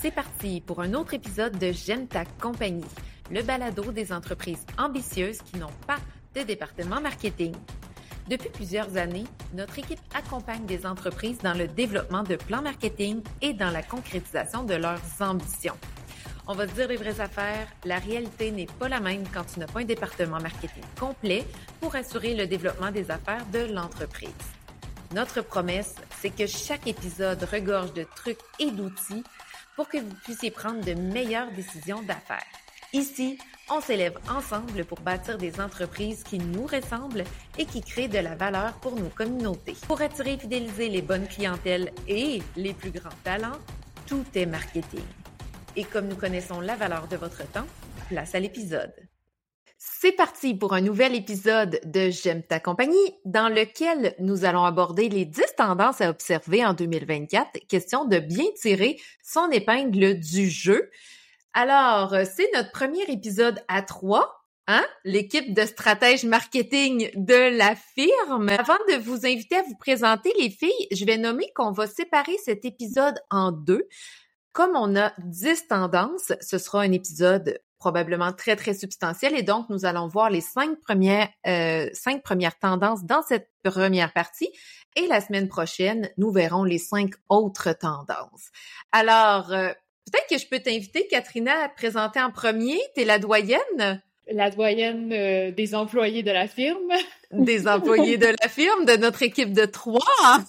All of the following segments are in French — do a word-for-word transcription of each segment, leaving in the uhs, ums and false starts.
C'est parti pour un autre épisode de J'aime ta compagnie, le balado des entreprises ambitieuses qui n'ont pas de département marketing. Depuis plusieurs années, notre équipe accompagne des entreprises dans le développement de plans marketing et dans la concrétisation de leurs ambitions. On va se dire les vraies affaires, la réalité n'est pas la même quand tu n'as pas un département marketing complet pour assurer le développement des affaires de l'entreprise. Notre promesse, c'est que chaque épisode regorge de trucs et d'outils pour que vous puissiez prendre de meilleures décisions d'affaires. Ici, on s'élève ensemble pour bâtir des entreprises qui nous ressemblent et qui créent de la valeur pour nos communautés. Pour attirer et fidéliser les bonnes clientèles et les plus grands talents, tout est marketing. Et comme nous connaissons la valeur de votre temps, place à l'épisode. C'est parti pour un nouvel épisode de J'aime ta compagnie, dans lequel nous allons aborder les dix tendances à observer en deux mille vingt-quatre, question de bien tirer son épingle du jeu. Alors, c'est notre premier épisode à trois, hein? L'équipe de stratèges marketing de la firme. Avant de vous inviter à vous présenter, les filles, je vais nommer qu'on va séparer cet épisode en deux. Comme on a dix tendances, ce sera un épisode probablement très, très substantiel et donc nous allons voir les cinq premières, euh, cinq premières tendances dans cette première partie et la semaine prochaine, nous verrons les cinq autres tendances. Alors, euh, peut-être que je peux t'inviter, Katrina, à te présenter en premier. T'es la doyenne? La doyenne euh, des employés de la firme. Des employés de la firme, de notre équipe de trois.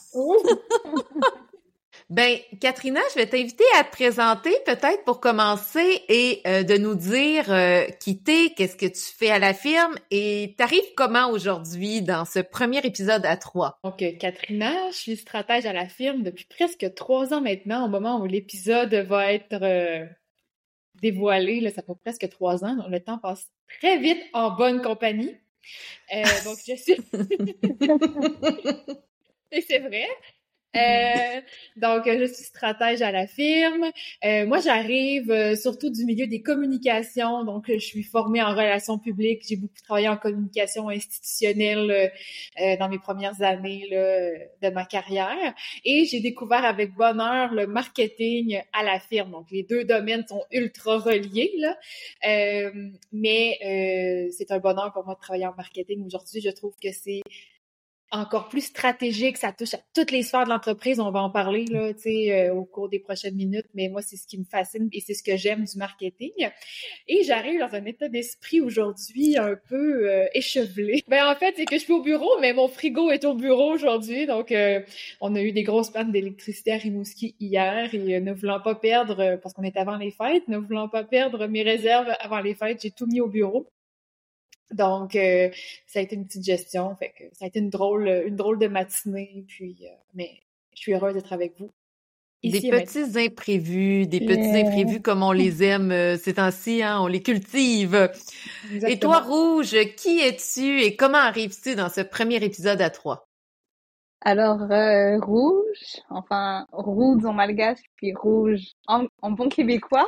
Ben, Katrina, je vais t'inviter à te présenter peut-être pour commencer et euh, de nous dire euh, qui t'es, qu'est-ce que tu fais à la firme et t'arrives comment aujourd'hui dans ce premier épisode à trois. Donc, Katrina, je suis stratège à la firme depuis presque trois ans maintenant, au moment où l'épisode va être euh, dévoilé. Là, ça fait presque trois ans, donc le temps passe très vite en bonne compagnie. Euh, donc, je suis... Et c'est vrai. Euh, donc, je suis stratège à la firme. Euh, moi, j'arrive euh, surtout du milieu des communications. Donc, je suis formée en relations publiques. J'ai beaucoup travaillé en communication institutionnelle euh, dans mes premières années là, de ma carrière. Et j'ai découvert avec bonheur le marketing à la firme. Donc, les deux domaines sont ultra reliés, là. Euh, mais euh, c'est un bonheur pour moi de travailler en marketing. Aujourd'hui, je trouve que c'est encore plus stratégique, ça touche à toutes les sphères de l'entreprise, on va en parler là, tu sais, euh, au cours des prochaines minutes, mais moi, c'est ce qui me fascine et c'est ce que j'aime du marketing. Et j'arrive dans un état d'esprit aujourd'hui un peu euh, échevelé. Ben en fait, c'est que je suis au bureau, mais mon frigo est au bureau aujourd'hui, donc euh, on a eu des grosses pannes d'électricité à Rimouski hier et euh, ne voulant pas perdre, parce qu'on est avant les fêtes, ne voulant pas perdre mes réserves avant les fêtes, j'ai tout mis au bureau. Donc, euh, ça a été une petite gestion, fait que ça a été une drôle, une drôle de matinée, puis, euh, mais je suis heureuse d'être avec vous. Ici des petits maintenant. imprévus, des yeah. petits imprévus comme on les aime euh, ces temps-ci, hein, on les cultive. Exactement. Et toi, Rouge, qui es-tu et comment arrives-tu dans ce premier épisode à trois? Alors, euh, Rouge, enfin, Rouge en malgache, puis Rouge en, en bon québécois.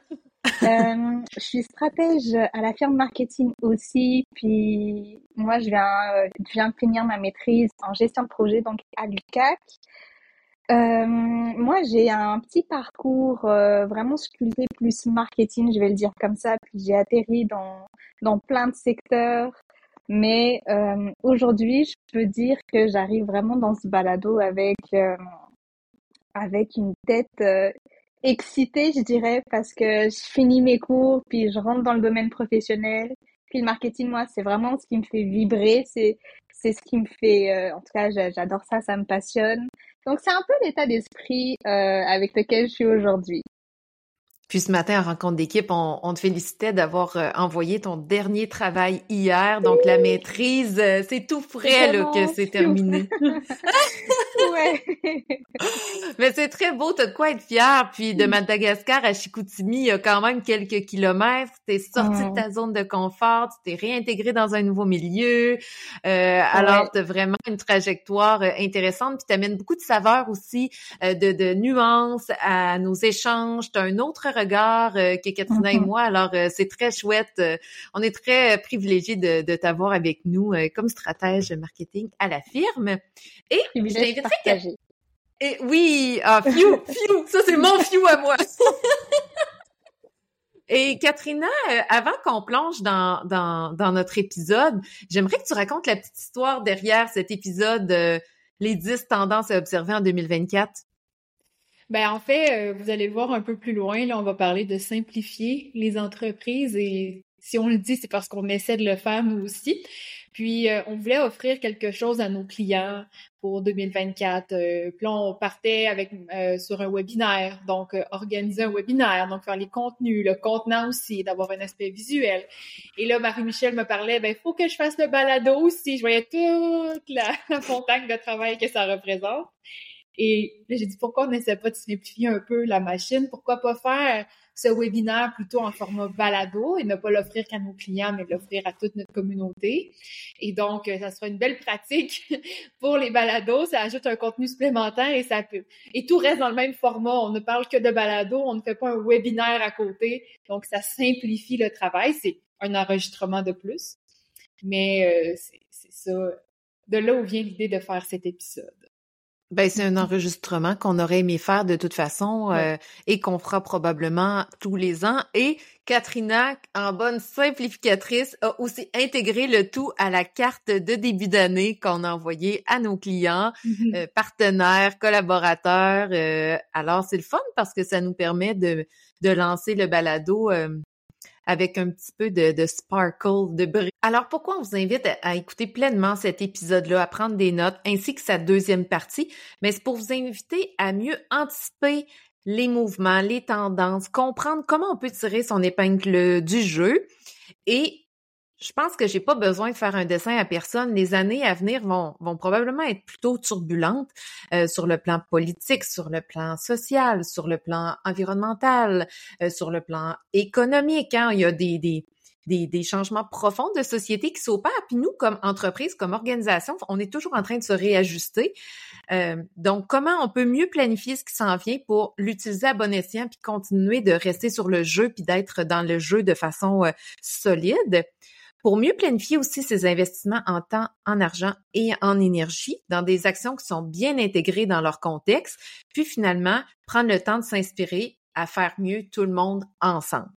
euh, je suis stratège à la firme marketing aussi, puis moi je viens, euh, je viens de finir ma maîtrise en gestion de projet donc à l'U Q A C. Euh, moi j'ai un petit parcours euh, vraiment sculpté plus marketing, je vais le dire comme ça, puis j'ai atterri dans dans plein de secteurs, mais euh, aujourd'hui je peux dire que j'arrive vraiment dans ce balado avec euh, avec une tête euh, excitée, je dirais, parce que je finis mes cours, puis je rentre dans le domaine professionnel. Puis le marketing, moi, c'est vraiment ce qui me fait vibrer, c'est c'est ce qui me fait, euh, en tout cas, j'adore ça, ça me passionne. Donc, c'est un peu l'état d'esprit euh, avec lequel je suis aujourd'hui. Puis ce matin, en rencontre d'équipe, on, on te félicitait d'avoir euh, envoyé ton dernier travail hier. Donc, la maîtrise, euh, c'est tout frais là, que c'est terminé. Ouais. Mais c'est très beau, t'as de quoi être fière. Puis de Madagascar à Chicoutimi, il y a quand même quelques kilomètres. T'es sortie mmh. de ta zone de confort, tu t'es réintégrée dans un nouveau milieu. Euh, ouais. Alors, t'as vraiment une trajectoire euh, intéressante. Puis t'amènes beaucoup de saveurs aussi, euh, de, de nuances à nos échanges. T'as un autre regard euh, que Katrina mm-hmm. et moi. Alors, euh, c'est très chouette. Euh, on est très euh, privilégiés de, de t'avoir avec nous euh, comme stratège marketing à la firme. Et je t'inviterais, Et oui, ah, fiou, fiou, ça c'est mon fiou à moi. Et Katrina, euh, avant qu'on plonge dans, dans, dans notre épisode, j'aimerais que tu racontes la petite histoire derrière cet épisode, euh, les dix tendances à observer en deux mille vingt-quatre. Ben en fait, euh, vous allez le voir un peu plus loin, là, on va parler de simplifier les entreprises et si on le dit, c'est parce qu'on essaie de le faire nous aussi. Puis, euh, on voulait offrir quelque chose à nos clients pour deux mille vingt-quatre. Euh, puis là, on partait avec euh, sur un webinaire, donc euh, organiser un webinaire, donc faire les contenus, le contenant aussi, d'avoir un aspect visuel. Et là, Marie-Michel me parlait, ben il faut que je fasse le balado aussi. Je voyais toute la, la montagne de travail que ça représente. Et là, j'ai dit, pourquoi on n'essaie pas de simplifier un peu la machine? Pourquoi pas faire ce webinaire plutôt en format balado et ne pas l'offrir qu'à nos clients, mais l'offrir à toute notre communauté? Et donc, ça sera une belle pratique pour les balados. Ça ajoute un contenu supplémentaire et ça peut. Et tout reste dans le même format. On ne parle que de balado. On ne fait pas un webinaire à côté. Donc, ça simplifie le travail. C'est un enregistrement de plus. Mais euh, c'est, c'est ça. De là où vient l'idée de faire cet épisode. Ben, c'est un enregistrement qu'on aurait aimé faire de toute façon euh, ouais. et qu'on fera probablement tous les ans. Et Katrina, en bonne simplificatrice, a aussi intégré le tout à la carte de début d'année qu'on a envoyée à nos clients, mm-hmm. euh, partenaires, collaborateurs. Euh, alors, c'est le fun parce que ça nous permet de, de lancer le balado euh, avec un petit peu de, de sparkle, de brillant. Alors, pourquoi on vous invite à, à écouter pleinement cet épisode-là, à prendre des notes, ainsi que sa deuxième partie? Mais c'est pour vous inviter à mieux anticiper les mouvements, les tendances, comprendre comment on peut tirer son épingle du jeu. Et je pense que j'ai pas besoin de faire un dessin à personne. Les années à venir vont, vont probablement être plutôt turbulentes euh, sur le plan politique, sur le plan social, sur le plan environnemental, euh, sur le plan économique. Hein. Il y a des, des, des, des changements profonds de société qui s'opèrent. Puis nous, comme entreprise, comme organisation, on est toujours en train de se réajuster. Euh, donc, comment on peut mieux planifier ce qui s'en vient pour l'utiliser à bon escient puis continuer de rester sur le jeu puis d'être dans le jeu de façon euh, solide? Pour mieux planifier aussi ses investissements en temps, en argent et en énergie dans des actions qui sont bien intégrées dans leur contexte, puis finalement, prendre le temps de s'inspirer à faire mieux tout le monde ensemble.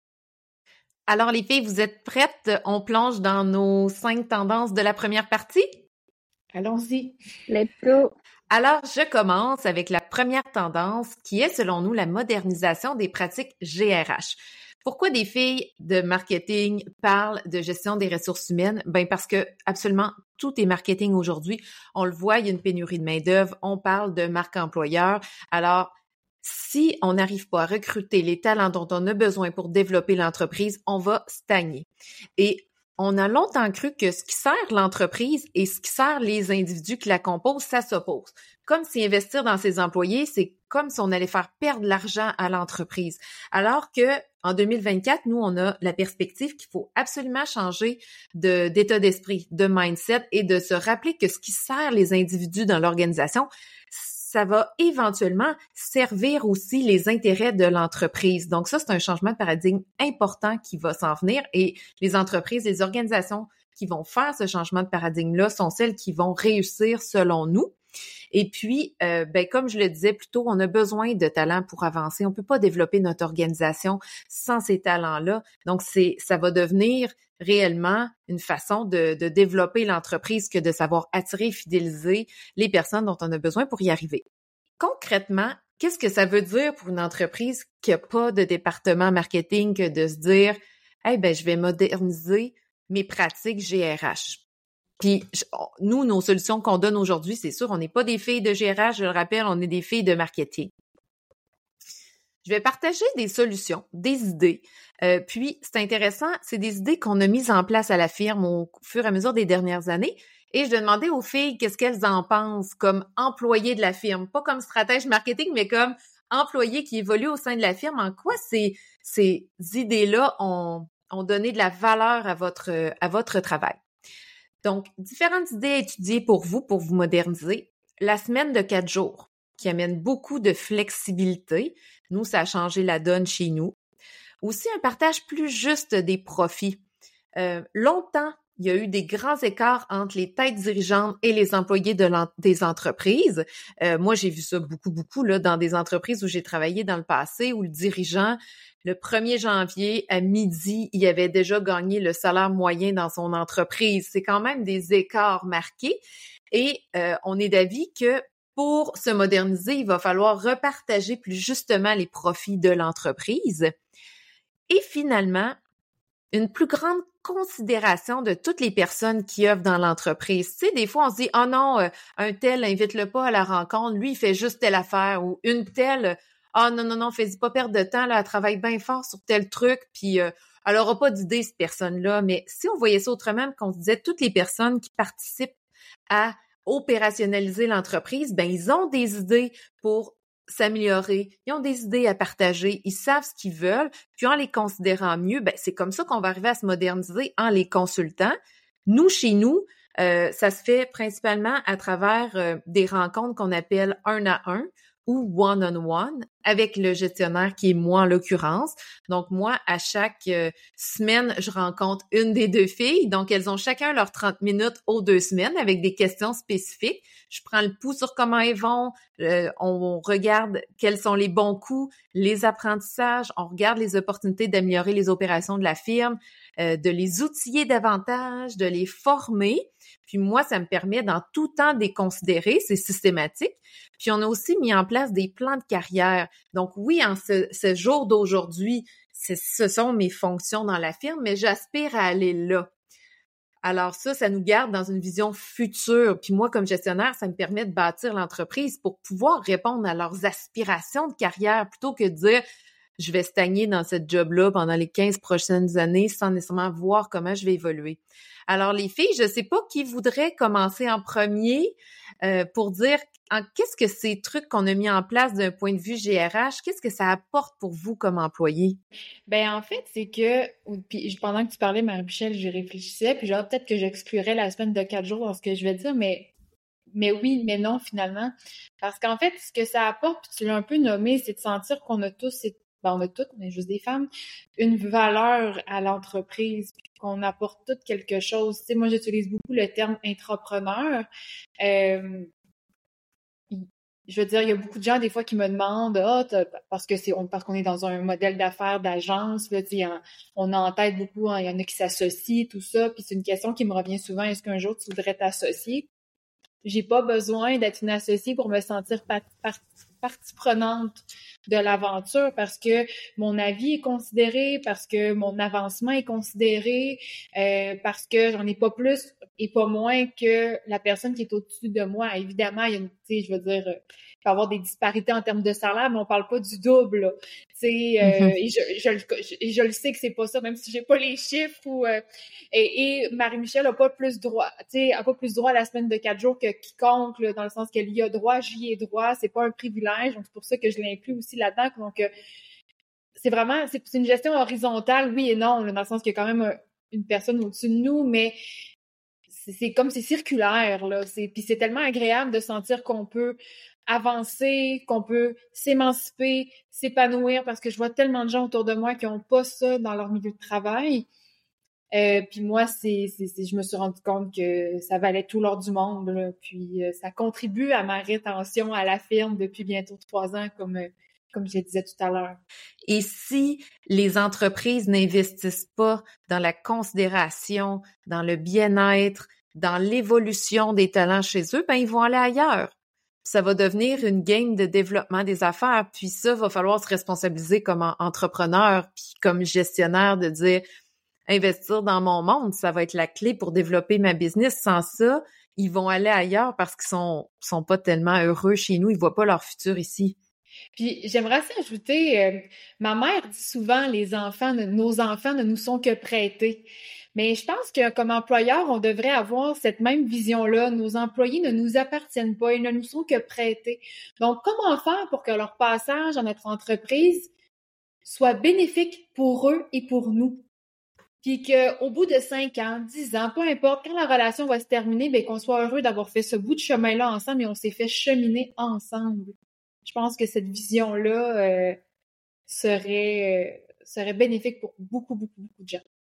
Alors les filles, vous êtes prêtes? On plonge dans nos cinq tendances de la première partie? Allons-y. Let's go! Alors, je commence avec la première tendance qui est, selon nous, la modernisation des pratiques G R H. Pourquoi des filles de marketing parlent de gestion des ressources humaines? Ben parce que absolument tout est marketing aujourd'hui. On le voit, il y a une pénurie de main-d'œuvre. On parle de marque employeur. Alors, si on n'arrive pas à recruter les talents dont on a besoin pour développer l'entreprise, on va stagner. Et on a longtemps cru que ce qui sert l'entreprise et ce qui sert les individus qui la composent, ça s'oppose. Comme si investir dans ses employés, c'est comme si on allait faire perdre l'argent à l'entreprise. Alors que en deux mille vingt-quatre, nous, on a la perspective qu'il faut absolument changer de, d'état d'esprit, de mindset et de se rappeler que ce qui sert les individus dans l'organisation, ça va éventuellement servir aussi les intérêts de l'entreprise. Donc ça, c'est un changement de paradigme important qui va s'en venir et les entreprises, les organisations qui vont faire ce changement de paradigme-là sont celles qui vont réussir selon nous. Et puis, euh, ben comme je le disais plus tôt, on a besoin de talents pour avancer. On peut pas développer notre organisation sans ces talents-là. Donc, c'est ça va devenir réellement une façon de, de développer l'entreprise que de savoir attirer et fidéliser les personnes dont on a besoin pour y arriver. Concrètement, qu'est-ce que ça veut dire pour une entreprise qui n'a pas de département marketing que de se dire « Hey, ben je vais moderniser mes pratiques G R H ». Puis nous, nos solutions qu'on donne aujourd'hui, c'est sûr, on n'est pas des filles de G R H, je le rappelle, on est des filles de marketing. Je vais partager des solutions, des idées. Euh, puis, c'est intéressant, c'est des idées qu'on a mises en place à la firme au fur et à mesure des dernières années. Et je vais demander aux filles qu'est-ce qu'elles en pensent comme employées de la firme. Pas comme stratège marketing, mais comme employées qui évoluent au sein de la firme. En quoi ces, ces idées-là ont, ont donné de la valeur à votre, à votre travail? Donc, différentes idées à étudier pour vous, pour vous moderniser. La semaine de quatre jours, qui amène beaucoup de flexibilité. Nous, ça a changé la donne chez nous. Aussi, un partage plus juste des profits. Euh, longtemps, il y a eu des grands écarts entre les têtes dirigeantes et les employés de l'en- des entreprises. Euh, moi, j'ai vu ça beaucoup, beaucoup là dans des entreprises où j'ai travaillé dans le passé, où le dirigeant, le premier janvier à midi, il avait déjà gagné le salaire moyen dans son entreprise. C'est quand même des écarts marqués. Et euh, on est d'avis que pour se moderniser, il va falloir repartager plus justement les profits de l'entreprise. Et finalement, une plus grande considération de toutes les personnes qui œuvrent dans l'entreprise. Tu sais, des fois, on se dit « Oh non, euh, un tel, invite-le pas à la rencontre, lui, il fait juste telle affaire. » Ou une telle, « Ah oh, non, non, non, fais-y pas perdre de temps, là, elle travaille bien fort sur tel truc, puis euh, elle aura pas d'idée, cette personne-là. » Mais si on voyait ça autrement, qu'on se disait toutes les personnes qui participent à opérationnaliser l'entreprise, ben ils ont des idées pour s'améliorer, ils ont des idées à partager, ils savent ce qu'ils veulent, puis en les considérant mieux, ben c'est comme ça qu'on va arriver à se moderniser en les consultant. Nous, chez nous, euh, ça se fait principalement à travers euh, des rencontres qu'on appelle un à un ou one-on-one avec le gestionnaire qui est moi en l'occurrence. Donc moi, à chaque euh, semaine, je rencontre une des deux filles. Donc elles ont chacun leurs trente minutes aux deux semaines avec des questions spécifiques. Je prends le pouls sur comment elles vont, euh, on regarde quels sont les bons coups, les apprentissages, on regarde les opportunités d'améliorer les opérations de la firme, euh, de les outiller davantage, de les former. Puis moi, ça me permet dans tout temps de les considérer, c'est systématique. Puis on a aussi mis en place des plans de carrière. Donc oui, en ce, ce jour d'aujourd'hui, c'est, ce sont mes fonctions dans la firme, mais j'aspire à aller là. Alors ça, ça nous garde dans une vision future. Puis moi, comme gestionnaire, ça me permet de bâtir l'entreprise pour pouvoir répondre à leurs aspirations de carrière plutôt que de dire « je vais stagner dans cette job-là pendant les quinze prochaines années sans nécessairement voir comment je vais évoluer ». Alors les filles, je ne sais pas qui voudrait commencer en premier euh, pour dire en, qu'est-ce que ces trucs qu'on a mis en place d'un point de vue G R H, qu'est-ce que ça apporte pour vous comme employé? Ben en fait, c'est que puis pendant que tu parlais, Marie-Michel, j'y réfléchissais, puis genre peut-être que j'exclurais la semaine de quatre jours dans ce que je vais dire, mais mais oui, mais non finalement. Parce qu'en fait, ce que ça apporte, puis tu l'as un peu nommé, c'est de sentir qu'on a tous, ben on a toutes, on est juste des femmes, une valeur à l'entreprise, puis qu'on apporte toutes quelque chose. Tu sais, moi j'utilise beaucoup le terme intrapreneur. Euh, Je veux dire, il y a beaucoup de gens des fois qui me demandent ah oh, parce que c'est on, parce qu'on est dans un modèle d'affaires d'agence là, tu sais, on a en tête beaucoup, hein, il y en a qui s'associent, tout ça, puis c'est une question qui me revient souvent, est-ce qu'un jour tu voudrais t'associer? J'ai pas besoin d'être une associée pour me sentir part, part, partie prenante de l'aventure parce que mon avis est considéré, parce que mon avancement est considéré, euh, parce que j'en ai pas plus et pas moins que la personne qui est au-dessus de moi. Évidemment, il y a une, tu sais, je veux dire, il peut y avoir des disparités en termes de salaire, mais on parle pas du double, là. Tu sais, euh, mm-hmm. et je, je, je, je le sais que c'est pas ça, même si j'ai pas les chiffres ou euh, et, et Marie-Michel a pas plus droit, tu sais, a pas plus droit à la semaine de quatre jours que quiconque, là, dans le sens qu'elle y a droit, j'y ai droit, c'est pas un privilège, donc c'est pour ça que je l'inclus aussi là-dedans. Donc, euh, c'est vraiment, c'est, c'est une gestion horizontale, oui et non, là, dans le sens qu'il y a quand même un, une personne au-dessus de nous, mais c'est, c'est comme c'est circulaire, là. C'est, puis c'est tellement agréable de sentir qu'on peut avancer, qu'on peut s'émanciper, s'épanouir, parce que je vois tellement de gens autour de moi qui ont pas ça dans leur milieu de travail. Euh, puis moi, c'est, c'est, c'est, je me suis rendu compte que ça valait tout l'or du monde, là. Puis euh, ça contribue à ma rétention à la firme depuis bientôt trois ans, comme euh, comme je le disais tout à l'heure. Et si les entreprises n'investissent pas dans la considération, dans le bien-être, dans l'évolution des talents chez eux, ben ils vont aller ailleurs. Ça va devenir une game de développement des affaires. Puis ça, va falloir se responsabiliser comme entrepreneur, puis comme gestionnaire de dire investir dans mon monde, ça va être la clé pour développer ma business. Sans ça, ils vont aller ailleurs parce qu'ils sont sont pas tellement heureux chez nous, ils voient pas leur futur ici. Puis j'aimerais s'ajouter, euh, ma mère dit souvent les enfants, nos enfants ne nous sont que prêtés. Mais je pense que comme employeur, on devrait avoir cette même vision-là. Nos employés ne nous appartiennent pas, ils ne nous sont que prêtés. Donc, comment faire pour que leur passage dans notre entreprise soit bénéfique pour eux et pour nous? Puis qu'au bout de cinq ans, dix ans, peu importe, quand la relation va se terminer, bien qu'on soit heureux d'avoir fait ce bout de chemin-là ensemble et on s'est fait cheminer ensemble. Je pense que cette vision-là euh, serait, euh, serait bénéfique pour beaucoup, beaucoup, beaucoup de gens.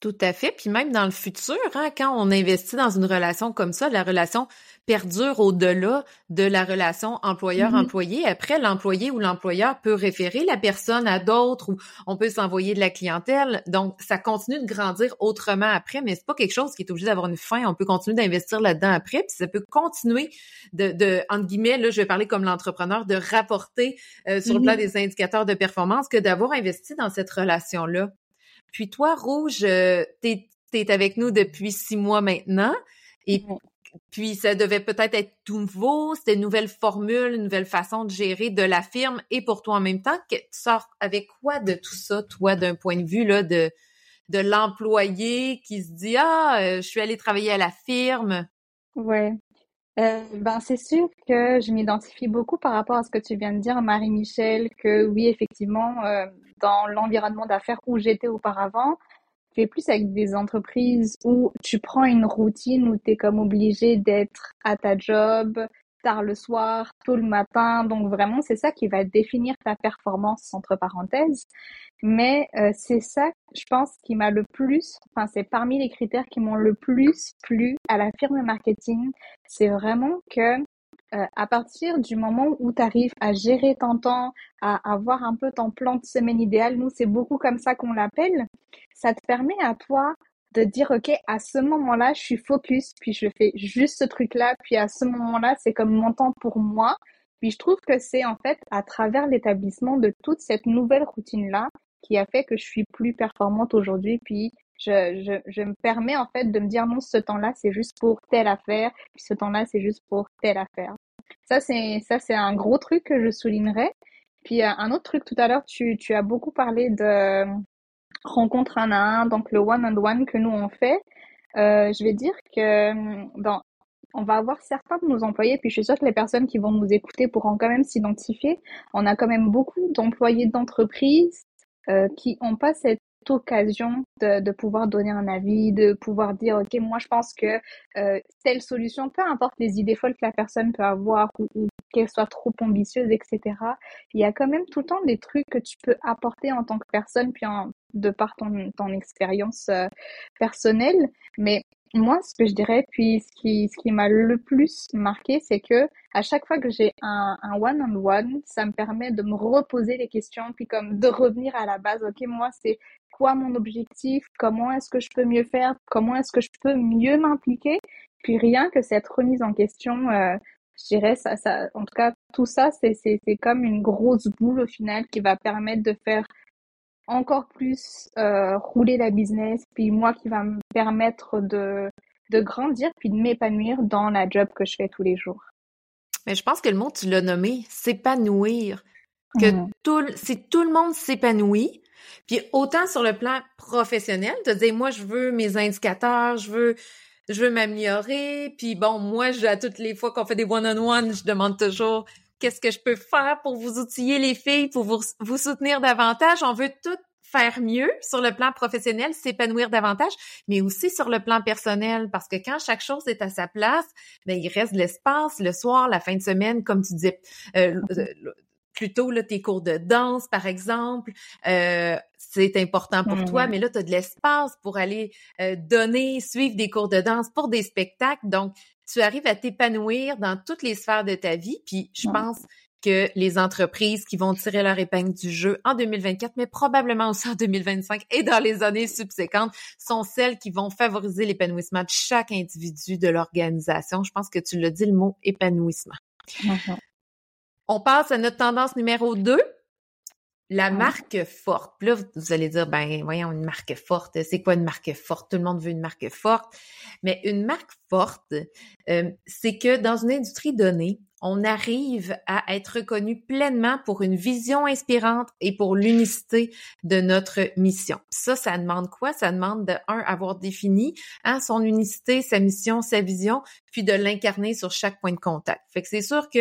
Tout à fait. Puis même dans le futur, hein, quand on investit dans une relation comme ça, la relation perdure au-delà de la relation employeur-employé. Après, l'employé ou l'employeur peut référer la personne à d'autres ou on peut s'envoyer de la clientèle. Donc, ça continue de grandir autrement après, mais c'est pas quelque chose qui est obligé d'avoir une fin. On peut continuer d'investir là-dedans après, puis ça peut continuer de, de entre guillemets, là, je vais parler comme l'entrepreneur, de rapporter euh, sur mm-hmm. le plan des indicateurs de performance que d'avoir investi dans cette relation-là. Puis toi, Rouge, euh, t'es, t'es avec nous depuis six mois maintenant et mm-hmm. puis ça devait peut-être être tout nouveau, c'était une nouvelle formule, une nouvelle façon de gérer de la firme et pour toi en même temps. Que, tu sors avec quoi de tout ça, toi, d'un point de vue là de, de l'employé qui se dit « Ah, euh, je suis allée travailler à la firme ». Ouais. Euh, ben c'est sûr que je m'identifie beaucoup par rapport à ce que tu viens de dire, Marie-Michel, que oui, effectivement, euh, dans l'environnement d'affaires où j'étais auparavant, tu es plus avec des entreprises où tu prends une routine où tu es comme obligé d'être à ta job, tard le soir, tôt le matin. Donc vraiment, c'est ça qui va définir ta performance, entre parenthèses. Mais euh, c'est ça, je pense, qui m'a le plus, enfin c'est parmi les critères qui m'ont le plus plu à la firme marketing. C'est vraiment que euh, à partir du moment où tu arrives à gérer ton temps, à avoir un peu ton plan de semaine idéal, nous c'est beaucoup comme ça qu'on l'appelle, ça te permet à toi de dire ok, à ce moment-là je suis focus, puis je fais juste ce truc-là, puis à ce moment-là c'est comme mon temps pour moi. Puis je trouve que c'est en fait à travers l'établissement de toute cette nouvelle routine-là qui a fait que je suis plus performante aujourd'hui, puis je, je, je me permets en fait de me dire non, ce temps-là c'est juste pour telle affaire, puis ce temps-là c'est juste pour telle affaire. Ça c'est ça c'est un gros truc que je soulignerais. Puis euh, un autre truc, tout à l'heure tu tu as beaucoup parlé de rencontre un à un, donc le one-on-one que nous on fait. Euh, je vais dire que dans on va avoir certains de nos employés, puis je suis sûre que les personnes qui vont nous écouter pourront quand même s'identifier. On a quand même beaucoup d'employés d'entreprise euh, qui n'ont pas cette occasion de, de pouvoir donner un avis, de pouvoir dire ok, moi je pense que euh, telle solution, peu importe les idées folles que la personne peut avoir ou, ou qu'elle soit trop ambitieuse, et cetera. Il y a quand même tout le temps des trucs que tu peux apporter en tant que personne, puis en, de par ton, ton expérience euh, personnelle. Mais moi, ce que je dirais, puis ce qui, ce qui m'a le plus marqué, c'est que à chaque fois que j'ai un, un one-on-one, ça me permet de me reposer les questions, puis comme de revenir à la base. Ok, moi, c'est quoi mon objectif? Comment est-ce que je peux mieux faire? Comment est-ce que je peux mieux m'impliquer? Puis rien que cette remise en question, euh, je dirais, ça, ça, en tout cas, tout ça, c'est, c'est, c'est comme une grosse boule au final qui va permettre de faire encore plus euh, rouler la business, puis moi qui va me permettre de, de grandir puis de m'épanouir dans la job que je fais tous les jours. Mais je pense que le mot, tu l'as nommé, s'épanouir. Que mmh. tout, si tout le monde s'épanouit, puis autant sur le plan professionnel, de dire moi je veux mes indicateurs, je veux je veux m'améliorer, puis bon, moi je, à toutes les fois qu'on fait des one-on-one, je demande toujours qu'est-ce que je peux faire pour vous outiller les filles, pour vous, vous soutenir davantage. On veut tout faire mieux sur le plan professionnel, s'épanouir davantage, mais aussi sur le plan personnel, parce que quand chaque chose est à sa place, ben il reste de l'espace le soir, la fin de semaine, comme tu disais, euh, plutôt là tes cours de danse par exemple, euh, c'est important pour mmh. toi, mais là tu as de l'espace pour aller euh, donner, suivre des cours de danse pour des spectacles, donc tu arrives à t'épanouir dans toutes les sphères de ta vie, puis je mmh. pense que les entreprises qui vont tirer leur épingle du jeu en deux mille vingt-quatre, mais probablement aussi en deux mille vingt-cinq et dans les années subséquentes, sont celles qui vont favoriser l'épanouissement de chaque individu de l'organisation. Je pense que tu l'as dit, le mot épanouissement. Mmh. On passe à notre tendance numéro deux, la mmh. marque forte. Puis là, vous allez dire, ben voyons, une marque forte, c'est quoi une marque forte? Tout le monde veut une marque forte. Mais une marque forte, euh, c'est que dans une industrie donnée, on arrive à être reconnu pleinement pour une vision inspirante et pour l'unicité de notre mission. Ça, ça demande quoi? Ça demande de, un, avoir défini hein, son unicité, sa mission, sa vision, puis de l'incarner sur chaque point de contact. Fait que c'est sûr que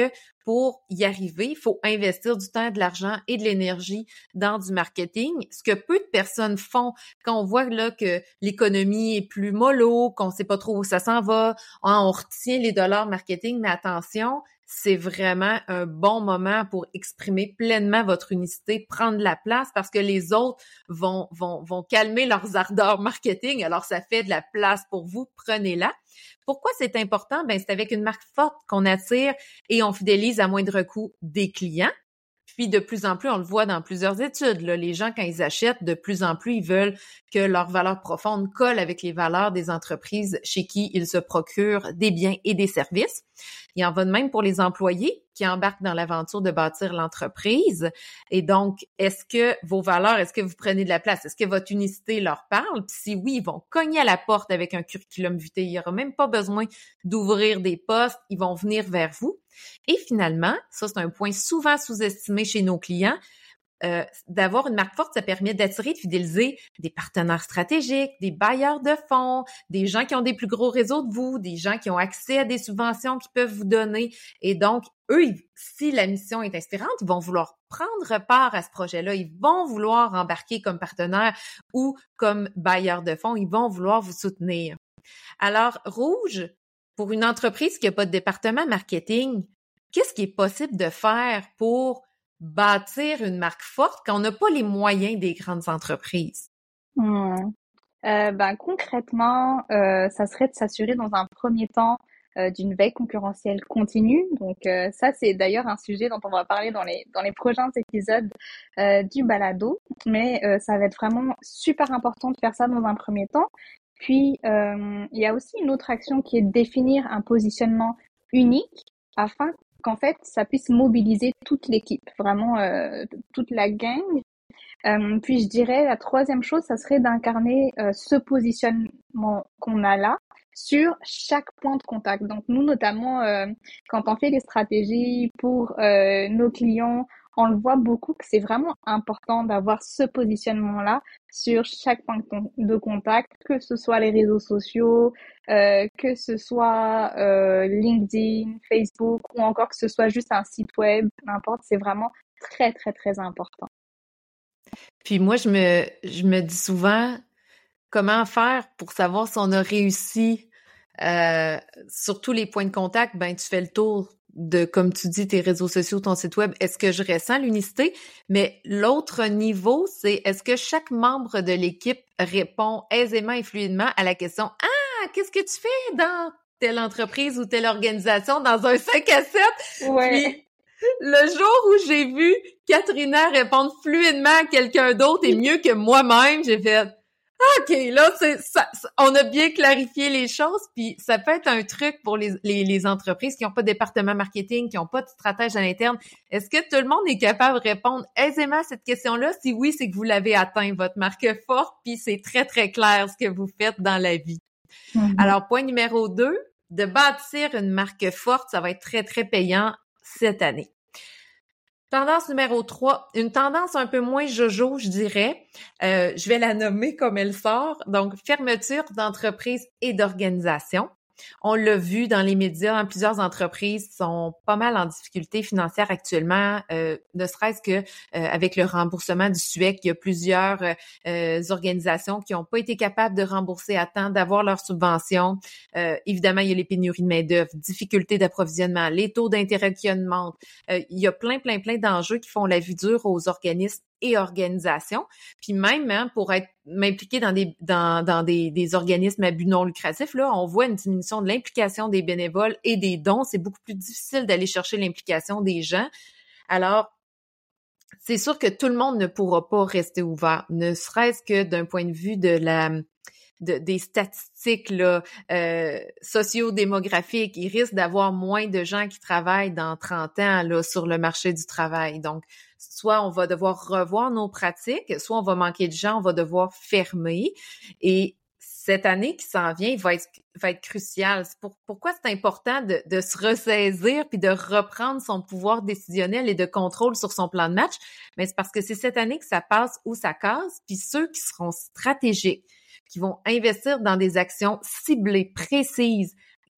pour y arriver, il faut investir du temps, de l'argent et de l'énergie dans du marketing. Ce que peu de personnes font quand on voit là que l'économie est plus mollo, qu'on sait pas trop où ça s'en va, on retient les dollars marketing, mais attention, c'est vraiment un bon moment pour exprimer pleinement votre unicité, prendre la place parce que les autres vont, vont, vont calmer leurs ardeurs marketing. Alors, ça fait de la place pour vous. Prenez-la. Pourquoi c'est important? Ben, c'est avec une marque forte qu'on attire et on fidélise à moindre coût des clients. Puis, de plus en plus, on le voit dans plusieurs études, là, les gens, quand ils achètent, de plus en plus, ils veulent que leurs valeurs profondes collent avec les valeurs des entreprises chez qui ils se procurent des biens et des services. Il en va de même pour les employés qui embarquent dans l'aventure de bâtir l'entreprise. Et donc, est-ce que vos valeurs, est-ce que vous prenez de la place? Est-ce que votre unicité leur parle? Puis si oui, ils vont cogner à la porte avec un curriculum vitae. Il n'y aura même pas besoin d'ouvrir des postes. Ils vont venir vers vous. Et finalement, ça, c'est un point souvent sous-estimé chez nos clients, Euh, d'avoir une marque forte, ça permet d'attirer, de fidéliser des partenaires stratégiques, des bailleurs de fonds, des gens qui ont des plus gros réseaux de vous, des gens qui ont accès à des subventions qu'ils peuvent vous donner. Et donc, eux, ils, si la mission est inspirante, ils vont vouloir prendre part à ce projet-là. Ils vont vouloir embarquer comme partenaire ou comme bailleur de fonds. Ils vont vouloir vous soutenir. Alors, Rouge, pour une entreprise qui n'a pas de département marketing, qu'est-ce qui est possible de faire pour bâtir une marque forte quand on n'a pas les moyens des grandes entreprises? Hmm. Euh, ben, concrètement, euh, ça serait de s'assurer dans un premier temps euh, d'une veille concurrentielle continue. Donc euh, ça, c'est d'ailleurs un sujet dont on va parler dans les dans les prochains épisodes euh, du balado. Mais euh, ça va être vraiment super important de faire ça dans un premier temps. Puis euh, il y a aussi une autre action qui est de définir un positionnement unique afin qu'en fait ça puisse mobiliser toute l'équipe, vraiment euh, toute la gang. Euh, puis je dirais la troisième chose, ça serait d'incarner euh, ce positionnement qu'on a là sur chaque point de contact. Donc nous notamment, euh, quand on fait les stratégies pour euh, nos clients, on le voit beaucoup que c'est vraiment important d'avoir ce positionnement-là sur chaque point de contact, que ce soit les réseaux sociaux, euh, que ce soit euh, LinkedIn, Facebook ou encore que ce soit juste un site web, n'importe, c'est vraiment très très très important. Puis moi, je me, je me dis souvent, comment faire pour savoir si on a réussi euh, sur tous les points de contact? Ben, tu fais le tour de, comme tu dis, tes réseaux sociaux, ton site web. Est-ce que je ressens l'unicité? Mais l'autre niveau, c'est est-ce que chaque membre de l'équipe répond aisément et fluidement à la question « Ah, qu'est-ce que tu fais dans telle entreprise ou telle organisation dans un cinq à sept? » Ouais. Puis, le jour où j'ai vu Katrina répondre fluidement à quelqu'un d'autre et mieux que moi-même, j'ai fait « OK, là, c'est ça, on a bien clarifié les choses. » Puis ça peut être un truc pour les, les, les entreprises qui n'ont pas de département marketing, qui n'ont pas de stratège à l'interne. Est-ce que tout le monde est capable de répondre aisément à cette question-là? Si oui, c'est que vous l'avez atteint, votre marque forte, puis c'est très, très clair ce que vous faites dans la vie. Mm-hmm. Alors, point numéro deux, de bâtir une marque forte, ça va être très, très payant cette année. Tendance numéro trois, une tendance un peu moins jojo, je dirais. Euh, je vais la nommer comme elle sort. Donc, fermeture d'entreprises et d'organisations. On l'a vu dans les médias, hein, plusieurs entreprises sont pas mal en difficulté financière actuellement, euh, ne serait-ce que euh, avec le remboursement du S U E C, il y a plusieurs euh, organisations qui n'ont pas été capables de rembourser à temps, d'avoir leurs subventions. Euh, évidemment, il y a les pénuries de main-d'œuvre, difficultés d'approvisionnement, les taux d'intérêt qui augmentent. Euh, il y a plein, plein, plein d'enjeux qui font la vie dure aux organismes et organisations. Puis même hein, pour être m'impliquer dans des dans dans des, des organismes à but non lucratif, là, on voit une diminution de l'implication des bénévoles et des dons. C'est beaucoup plus difficile d'aller chercher l'implication des gens. Alors, c'est sûr que tout le monde ne pourra pas rester ouvert, ne serait-ce que d'un point de vue de la de, des statistiques là, euh, socio-démographiques. Il risque d'avoir moins de gens qui travaillent dans trente ans là, sur le marché du travail. Donc, soit on va devoir revoir nos pratiques, soit on va manquer de gens, on va devoir fermer. Et cette année qui s'en vient va être, va être cruciale. C'est pour, pourquoi c'est important de, de se ressaisir puis de reprendre son pouvoir décisionnel et de contrôle sur son plan de match? Mais c'est parce que c'est cette année que ça passe ou ça casse. Puis ceux qui seront stratégiques, qui vont investir dans des actions ciblées, précises,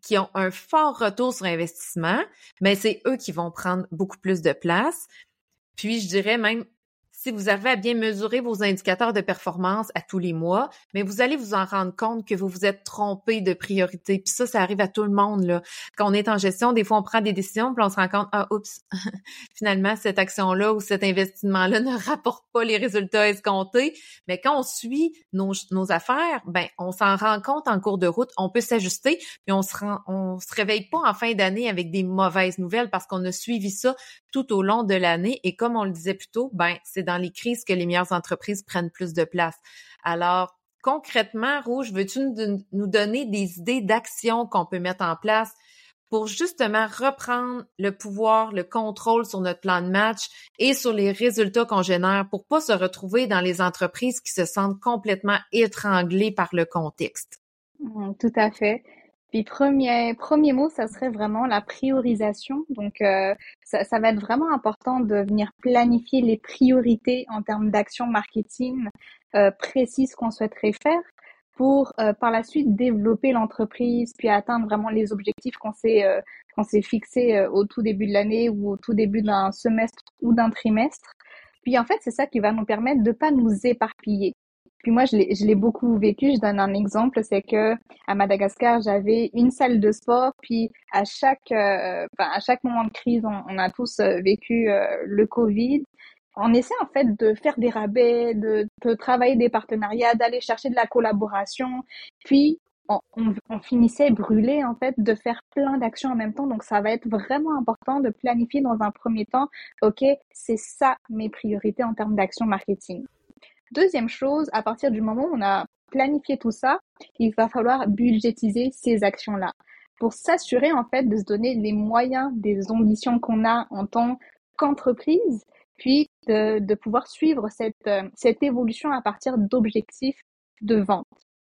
qui ont un fort retour sur investissement, mais c'est eux qui vont prendre beaucoup plus de place. Puis, je dirais même, si vous arrivez à bien mesurer vos indicateurs de performance à tous les mois, mais vous allez vous en rendre compte que vous vous êtes trompé de priorité. Puis ça, ça arrive à tout le monde, là. Quand on est en gestion, des fois, on prend des décisions, puis on se rend compte, ah, oups, finalement, cette action-là ou cet investissement-là ne rapporte pas les résultats escomptés. Mais quand on suit nos, nos affaires, ben, on s'en rend compte en cours de route, on peut s'ajuster, puis on se rend, on se réveille pas en fin d'année avec des mauvaises nouvelles parce qu'on a suivi ça tout au long de l'année. Et comme on le disait plus tôt, ben, c'est dans les crises que les meilleures entreprises prennent plus de place. Alors, concrètement, Rouge, veux-tu nous donner des idées d'actions qu'on peut mettre en place pour justement reprendre le pouvoir, le contrôle sur notre plan de match et sur les résultats qu'on génère pour pas se retrouver dans les entreprises qui se sentent complètement étranglées par le contexte? Mm, tout à fait. Puis premier, premier mot, ça serait vraiment la priorisation. Donc, euh, ça, ça va être vraiment important de venir planifier les priorités en termes d'action marketing euh, précises qu'on souhaiterait faire pour euh, par la suite développer l'entreprise puis atteindre vraiment les objectifs qu'on s'est euh, qu'on s'est fixés euh, au tout début de l'année ou au tout début d'un semestre ou d'un trimestre. Puis en fait, c'est ça qui va nous permettre de pas nous éparpiller. Puis moi, je l'ai, je l'ai beaucoup vécu. Je donne un exemple, c'est que à Madagascar, j'avais une salle de sport. Puis à chaque, euh, enfin, à chaque moment de crise, on, on a tous euh, vécu euh, le Covid. On essaie en fait de faire des rabais, de, de travailler des partenariats, d'aller chercher de la collaboration. Puis on, on, on finissait brûlé en fait de faire plein d'actions en même temps. Donc ça va être vraiment important de planifier dans un premier temps. Ok, c'est ça mes priorités en termes d'action marketing. Deuxième chose, à partir du moment où on a planifié tout ça, il va falloir budgétiser ces actions-là pour s'assurer en fait de se donner les moyens des ambitions qu'on a en tant qu'entreprise, puis de, de pouvoir suivre cette, euh, cette évolution à partir d'objectifs de vente.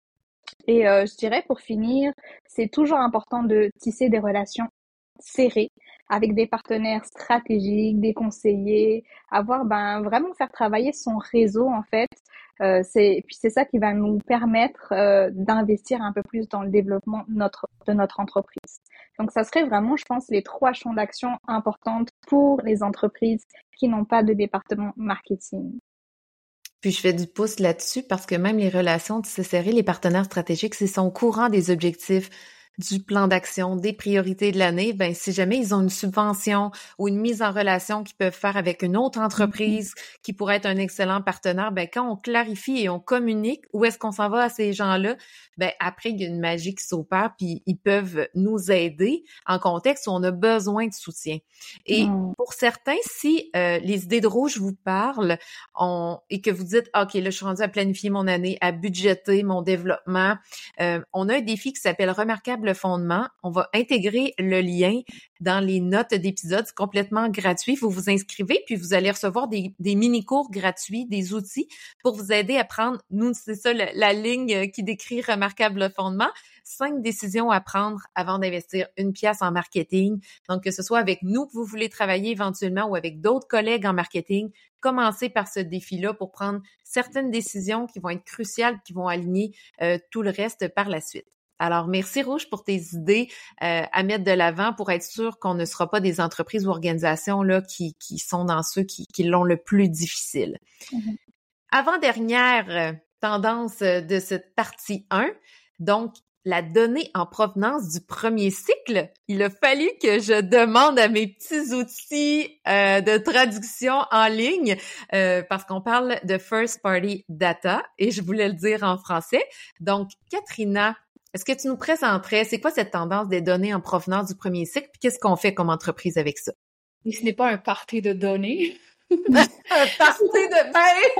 Et euh, je dirais pour finir, c'est toujours important de tisser des relations serrées avec des partenaires stratégiques, des conseillers, avoir ben vraiment faire travailler son réseau en fait. Euh, c'est puis c'est ça qui va nous permettre euh, d'investir un peu plus dans le développement de notre de notre entreprise. Donc ça serait vraiment, je pense, les trois champs d'action importantes pour les entreprises qui n'ont pas de département marketing. Puis je fais du pouce là-dessus parce que même les relations tissées serrées, les partenaires stratégiques, s'ils sont au courant des objectifs, du plan d'action, des priorités de l'année, ben si jamais ils ont une subvention ou une mise en relation qu'ils peuvent faire avec une autre entreprise qui pourrait être un excellent partenaire, ben quand on clarifie et on communique où est-ce qu'on s'en va à ces gens-là, ben après il y a une magie qui s'opère puis ils peuvent nous aider en contexte où on a besoin de soutien. Et mmh. pour certains, si euh, les idées de Rouge vous parlent on, et que vous dites ok là je suis rendue à planifier mon année, à budgéter mon développement, euh, on a un défi qui s'appelle Remarquable le fondement. On va intégrer le lien dans les notes d'épisode. C'est complètement gratuit. Vous vous inscrivez, puis vous allez recevoir des, des mini-cours gratuits, des outils pour vous aider à prendre, nous, c'est ça, la, la ligne qui décrit Remarquable le fondement, cinq décisions à prendre avant d'investir une pièce en marketing. Donc, que ce soit avec nous que vous voulez travailler éventuellement ou avec d'autres collègues en marketing, commencez par ce défi-là pour prendre certaines décisions qui vont être cruciales, qui vont aligner euh, tout le reste par la suite. Alors, merci Rouge pour tes idées euh, à mettre de l'avant pour être sûr qu'on ne sera pas des entreprises ou organisations là qui, qui sont dans ceux qui, qui l'ont le plus difficile. Mm-hmm. Avant-dernière euh, tendance de cette partie un, donc la donnée en provenance du premier cycle. Il a fallu que je demande à mes petits outils euh, de traduction en ligne euh, parce qu'on parle de first party data et je voulais le dire en français. Donc, Katrina, est-ce que tu nous présenterais, c'est quoi cette tendance des données en provenance du premier cycle, puis qu'est-ce qu'on fait comme entreprise avec ça? Et ce n'est pas un party de données. Un party de...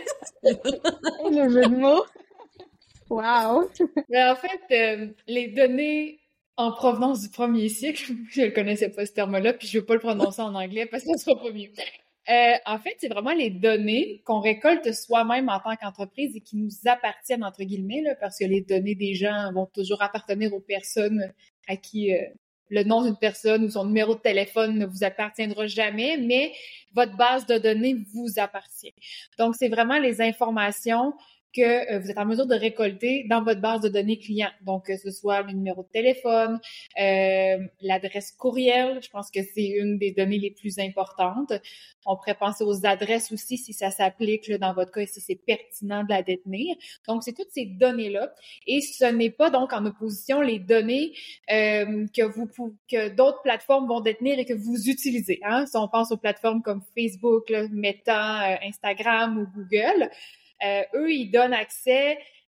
Le jeu de mots. Wow! Mais en fait, euh, les données en provenance du premier cycle, je ne connaissais pas ce terme-là, puis je ne veux pas le prononcer en anglais parce que ça sera pas mieux. Euh, en fait, c'est vraiment les données qu'on récolte soi-même en tant qu'entreprise et qui nous appartiennent, entre guillemets, là, parce que les données des gens vont toujours appartenir aux personnes à qui euh, le nom d'une personne ou son numéro de téléphone ne vous appartiendra jamais, mais votre base de données vous appartient. Donc, c'est vraiment les informations que euh, vous êtes en mesure de récolter dans votre base de données client. Donc, que ce soit le numéro de téléphone, euh, l'adresse courriel, je pense que c'est une des données les plus importantes. On pourrait penser aux adresses aussi si ça s'applique là, dans votre cas et si c'est pertinent de la détenir. Donc, c'est toutes ces données-là. Et ce n'est pas donc en opposition les données euh, que vous que d'autres plateformes vont détenir et que vous utilisez. Hein? Si on pense aux plateformes comme Facebook, là, Meta, euh, Instagram ou Google, euh, eux, ils donnent accès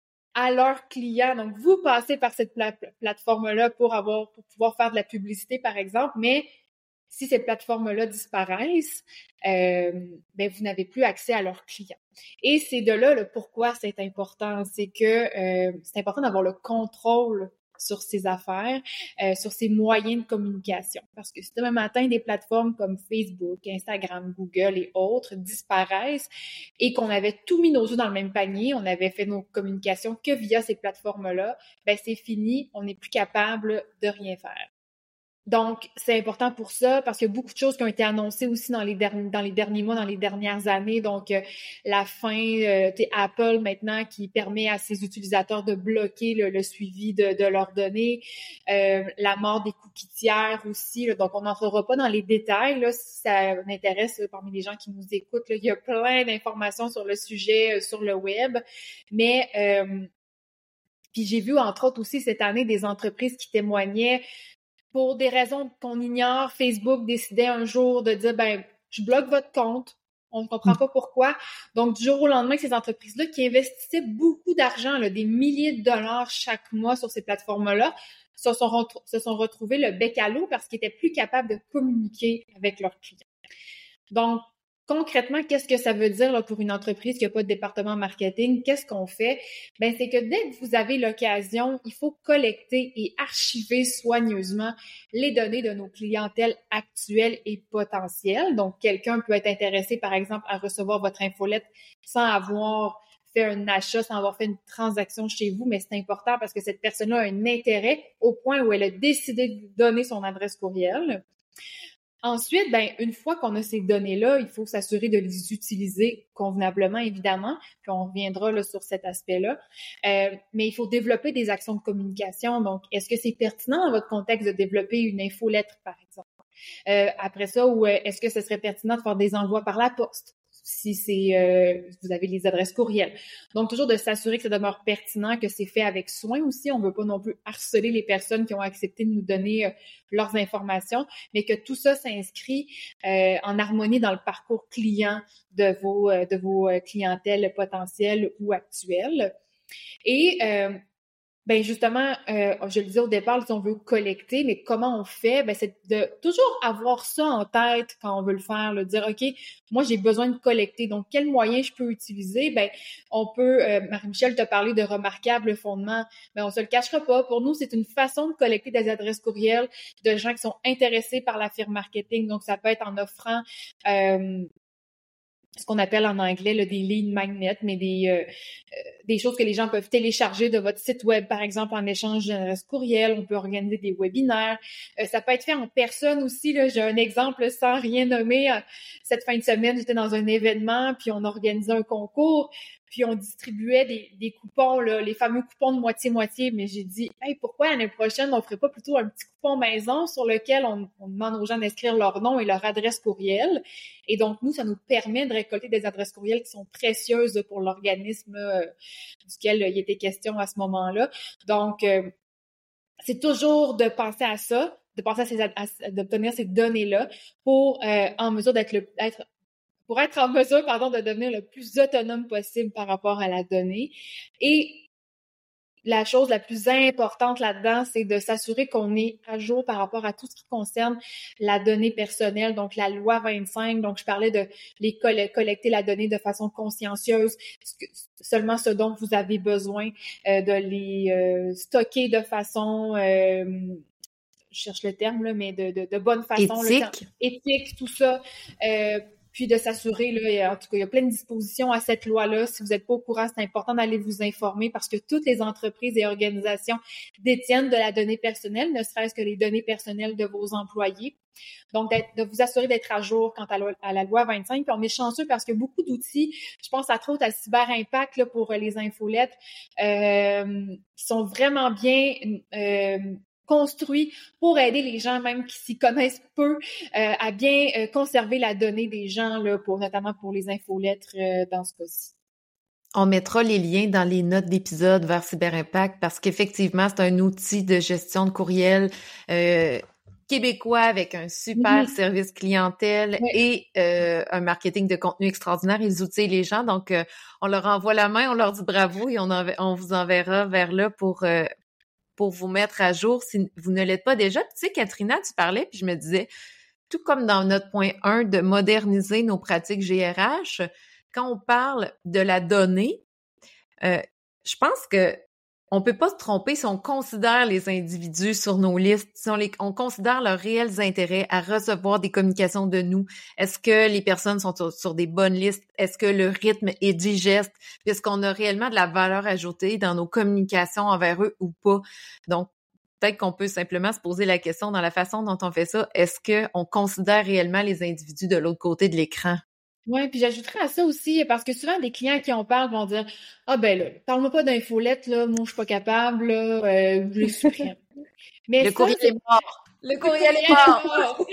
à leurs clients. Donc, vous passez par cette pla- plateforme-là pour avoir pour pouvoir faire de la publicité, par exemple, mais si ces plateformes-là disparaissent, euh, ben vous n'avez plus accès à leurs clients. Et c'est de là le pourquoi c'est important. C'est que euh, c'est important d'avoir le contrôle sur ses affaires, euh, sur ses moyens de communication. Parce que si demain matin, des plateformes comme Facebook, Instagram, Google et autres disparaissent et qu'on avait tout mis nos œufs dans le même panier, on avait fait nos communications que via ces plateformes-là, ben c'est fini, on n'est plus capable de rien faire. Donc, c'est important pour ça parce qu'il y a beaucoup de choses qui ont été annoncées aussi dans les derniers, dans les derniers mois, dans les dernières années. Donc, euh, la fin, euh, t'es Apple maintenant qui permet à ses utilisateurs de bloquer le, le suivi de, de leurs données, euh, la mort des cookies tiers aussi. Là, donc, on n'entrera pas dans les détails là, si ça intéresse là, parmi les gens qui nous écoutent. Là, il y a plein d'informations sur le sujet euh, sur le web, mais euh, puis j'ai vu entre autres aussi cette année des entreprises qui témoignaient. Pour des raisons qu'on ignore, Facebook décidait un jour de dire, ben, je bloque votre compte. On ne comprend pas pourquoi. Donc, du jour au lendemain, ces entreprises-là qui investissaient beaucoup d'argent, là, des milliers de dollars chaque mois sur ces plateformes-là, se sont, retro- se sont retrouvés le bec à l'eau parce qu'ils étaient plus capables de communiquer avec leurs clients. Donc, concrètement, qu'est-ce que ça veut dire là, pour une entreprise qui n'a pas de département marketing? Qu'est-ce qu'on fait? Ben, c'est que dès que vous avez l'occasion, il faut collecter et archiver soigneusement les données de nos clientèles actuelles et potentielles. Donc, quelqu'un peut être intéressé, par exemple, à recevoir votre infolette sans avoir fait un achat, sans avoir fait une transaction chez vous, mais c'est important parce que cette personne-là a un intérêt au point où elle a décidé de vous donner son adresse courriel. Ensuite, ben une fois qu'on a ces données-là, il faut s'assurer de les utiliser convenablement, évidemment, puis on reviendra là, sur cet aspect-là. Euh, mais il faut développer des actions de communication. Donc, est-ce que c'est pertinent dans votre contexte de développer une infolettre, par exemple? Euh, après ça, ou euh, est-ce que ce serait pertinent de faire des envois par la poste? Si c'est euh, vous avez les adresses courriels. Donc, toujours de s'assurer que ça demeure pertinent, que c'est fait avec soin aussi. On ne veut pas non plus harceler les personnes qui ont accepté de nous donner euh, leurs informations, mais que tout ça s'inscrit euh, en harmonie dans le parcours client de vos, euh, de vos clientèles potentielles ou actuelles. Et euh, ben justement, euh, je le disais au départ, si on veut collecter, mais comment on fait? Ben c'est de toujours avoir ça en tête quand on veut le faire, le dire, OK, moi j'ai besoin de collecter, donc quels moyens je peux utiliser? Ben on peut, euh, Marie-Michel t'a parlé de remarquables fondements, ben on se le cachera pas. Pour nous, c'est une façon de collecter des adresses courriels de gens qui sont intéressés par la firme marketing, donc ça peut être en offrant euh, ce qu'on appelle en anglais là, des lead magnets, mais des euh, euh, des choses que les gens peuvent télécharger de votre site web, par exemple, en échange d'une adresse courriel. On peut organiser des webinaires. Euh, ça peut être fait en personne aussi. Là. J'ai un exemple sans rien nommer. Cette fin de semaine, j'étais dans un événement, puis on organisait un concours, puis on distribuait des, des coupons, là, les fameux coupons de moitié-moitié. Mais j'ai dit, hey, pourquoi l'année prochaine, on ferait pas plutôt un petit coupon maison sur lequel on, on demande aux gens d'inscrire leur nom et leur adresse courriel. Et donc, nous, ça nous permet de récolter des adresses courriels qui sont précieuses pour l'organisme euh, duquel il était question à ce moment-là. Donc, euh, c'est toujours de penser à ça, de penser à ces, à, d'obtenir ces données-là pour euh, en mesure d'être le, être, pour être en mesure, pardon, de devenir le plus autonome possible par rapport à la donnée. Et la chose la plus importante là-dedans, c'est de s'assurer qu'on est à jour par rapport à tout ce qui concerne la donnée personnelle, donc la loi vingt-cinq. Donc, je parlais de les coll- collecter la donnée de façon consciencieuse, seulement ce dont vous avez besoin, euh, de les euh, stocker de façon... Euh, je cherche le terme, là, mais de, de, de bonne façon. Éthique. Là, éthique, tout ça. Euh, puis de s'assurer, là, en tout cas, il y a plein de dispositions à cette loi-là. Si vous n'êtes pas au courant, c'est important d'aller vous informer parce que toutes les entreprises et organisations détiennent de la donnée personnelle, ne serait-ce que les données personnelles de vos employés. Donc, de vous assurer d'être à jour quant à la, à la loi vingt-cinq. Puis on est chanceux parce que beaucoup d'outils, je pense à trop à Cyber Impact là, pour les infolettes, euh, qui sont vraiment bien euh, construits pour aider les gens, même qui s'y connaissent peu, euh, à bien euh, conserver la donnée des gens, là, pour notamment pour les infolettres euh, dans ce cas-ci. On mettra les liens dans les notes d'épisode vers Cyber Impact parce qu'effectivement, c'est un outil de gestion de courriel euh, québécois avec un super mm-hmm. service clientèle oui. et euh, un marketing de contenu extraordinaire. Ils outillent les gens. Donc, euh, on leur envoie la main, on leur dit bravo et on, en, on vous enverra vers là pour... Euh, pour vous mettre à jour si vous ne l'êtes pas déjà. Puis, tu sais, Katrina, tu parlais, puis je me disais, tout comme dans notre point un de moderniser nos pratiques G R H, quand on parle de la donnée, euh, je pense que on peut pas se tromper si on considère les individus sur nos listes, si on, les, on considère leurs réels intérêts à recevoir des communications de nous. Est-ce que les personnes sont sur, sur des bonnes listes? Est-ce que le rythme est digeste? Est-ce qu'on a réellement de la valeur ajoutée dans nos communications envers eux ou pas? Donc, peut-être qu'on peut simplement se poser la question dans la façon dont on fait ça. Est-ce qu'on considère réellement les individus de l'autre côté de l'écran? Oui, puis j'ajouterais à ça aussi, parce que souvent, des clients qui on parle vont dire « Ah ben là, parle-moi pas d'infolette, là, moi je suis pas capable, là, euh, je les supprime. » Mais le ça, courriel est mort! Le courriel est mort!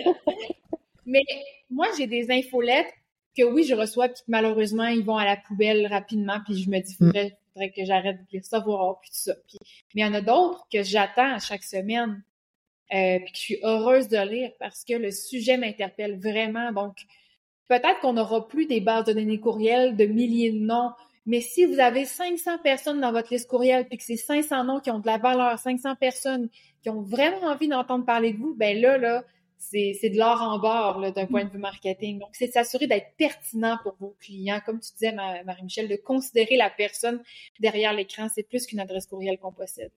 Mais moi, j'ai des infolettes que oui, je reçois, puis que malheureusement, ils vont à la poubelle rapidement, puis je me dis, faudrait, mm. faudrait que j'arrête de les savoir, puis tout ça. Puis, mais il y en a d'autres que j'attends à chaque semaine, euh, puis que je suis heureuse de lire parce que le sujet m'interpelle vraiment. Donc, peut-être qu'on n'aura plus des bases de données courriels de milliers de noms, mais si vous avez cinq cents personnes dans votre liste courriel, puis que c'est cinq cents noms qui ont de la valeur, cinq cents personnes qui ont vraiment envie d'entendre parler de vous, ben là, là, c'est, c'est de l'or en barre là, d'un point de vue marketing. Donc, c'est de s'assurer d'être pertinent pour vos clients. Comme tu disais, Marie-Michel, de considérer la personne derrière l'écran, c'est plus qu'une adresse courriel qu'on possède.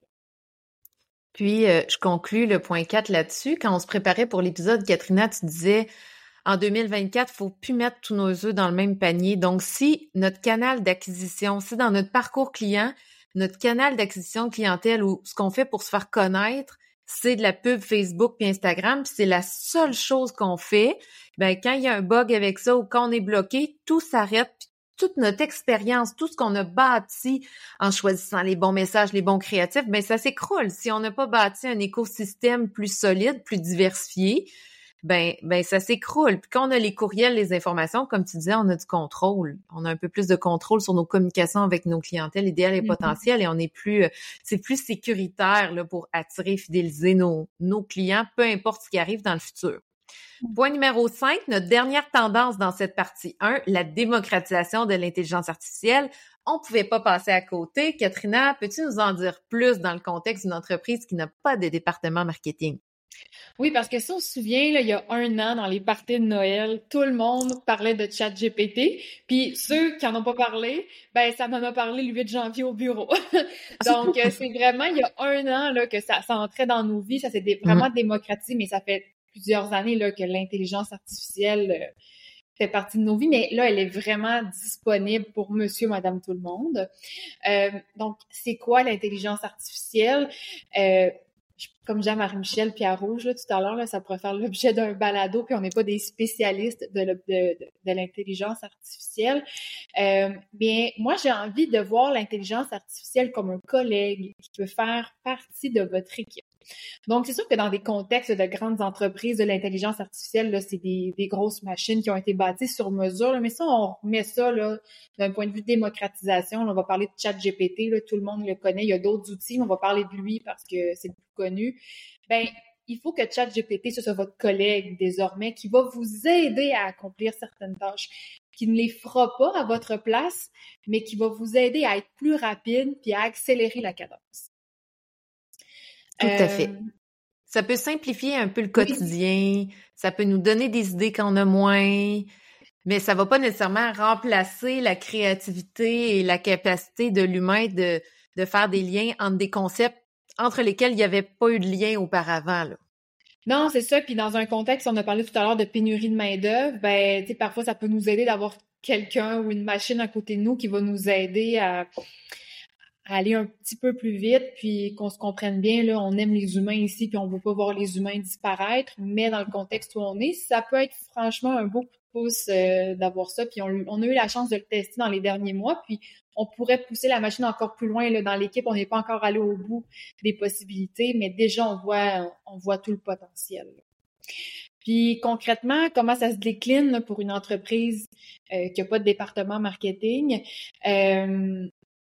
Puis, euh, je conclus le point quatre là-dessus. Quand on se préparait pour l'épisode, Katrina, tu disais... En deux mille vingt-quatre, il faut plus mettre tous nos œufs dans le même panier. Donc, si notre canal d'acquisition, si dans notre parcours client, notre canal d'acquisition de clientèle ou ce qu'on fait pour se faire connaître, c'est de la pub Facebook puis Instagram, puis c'est la seule chose qu'on fait, ben quand il y a un bug avec ça ou quand on est bloqué, tout s'arrête, puis toute notre expérience, tout ce qu'on a bâti en choisissant les bons messages, les bons créatifs, ben ça s'écroule. Si on n'a pas bâti un écosystème plus solide, plus diversifié, ben ben ça s'écroule. Puis quand on a les courriels, les informations, comme tu disais, on a du contrôle. On a un peu plus de contrôle sur nos communications avec nos clientèles idéales et mm-hmm. potentielles et on est plus, c'est plus sécuritaire là, pour attirer, fidéliser nos, nos clients, peu importe ce qui arrive dans le futur. Mm-hmm. Point numéro cinq, notre dernière tendance dans cette partie un, la démocratisation de l'intelligence artificielle. On pouvait pas passer à côté. Katrina, peux-tu nous en dire plus dans le contexte d'une entreprise qui n'a pas de département marketing? Oui, parce que si on se souvient, là, il y a un an, dans les parties de Noël, tout le monde parlait de ChatGPT. Puis ceux qui en ont pas parlé, ben ça m'en a parlé le huit janvier au bureau. Donc, c'est vraiment, il y a un an là que ça, ça entrait dans nos vies. Ça s'est dé- vraiment mm. démocratisé, mais ça fait plusieurs années là que l'intelligence artificielle euh, fait partie de nos vies. Mais là, elle est vraiment disponible pour monsieur, madame, tout le monde. Euh, donc, c'est quoi l'intelligence artificielle? Euh, Comme disait Marie-Michel Pierre-Rouge, là, tout à l'heure, là, ça pourrait faire l'objet d'un balado, puis on n'est pas des spécialistes de, le, de, de, de l'intelligence artificielle. Euh, bien, moi, j'ai envie de voir l'intelligence artificielle comme un collègue qui peut faire partie de votre équipe. Donc, c'est sûr que dans des contextes de grandes entreprises, de l'intelligence artificielle, là, c'est des, des grosses machines qui ont été bâties sur mesure. Là, mais ça, on remet ça là, d'un point de vue démocratisation. Là, on va parler de ChatGPT, là, tout le monde le connaît. Il y a d'autres outils, mais on va parler de lui parce que c'est le plus connu. Ben, il faut que ChatGPT, ce soit votre collègue désormais qui va vous aider à accomplir certaines tâches, qui ne les fera pas à votre place, mais qui va vous aider à être plus rapide puis à accélérer la cadence. Tout à fait. Ça peut simplifier un peu le quotidien, oui. Ça peut nous donner des idées qu'on a moins, mais ça va pas nécessairement remplacer la créativité et la capacité de l'humain de, de faire des liens entre des concepts entre lesquels il n'y avait pas eu de lien auparavant, là. Non, c'est ça. Puis dans un contexte, on a parlé tout à l'heure de pénurie de main-d'œuvre, ben, tu sais, parfois ça peut nous aider d'avoir quelqu'un ou une machine à côté de nous qui va nous aider à à aller un petit peu plus vite, puis qu'on se comprenne bien, là, on aime les humains ici, puis on veut pas voir les humains disparaître, mais dans le contexte où on est, ça peut être franchement un beau coup de pouce euh, d'avoir ça, puis on, on a eu la chance de le tester dans les derniers mois, puis on pourrait pousser la machine encore plus loin, là, dans l'équipe, on n'est pas encore allé au bout des possibilités, mais déjà, on voit, on voit tout le potentiel, là. Puis concrètement, comment ça se décline là, pour une entreprise euh, qui n'a pas de département marketing? Euh,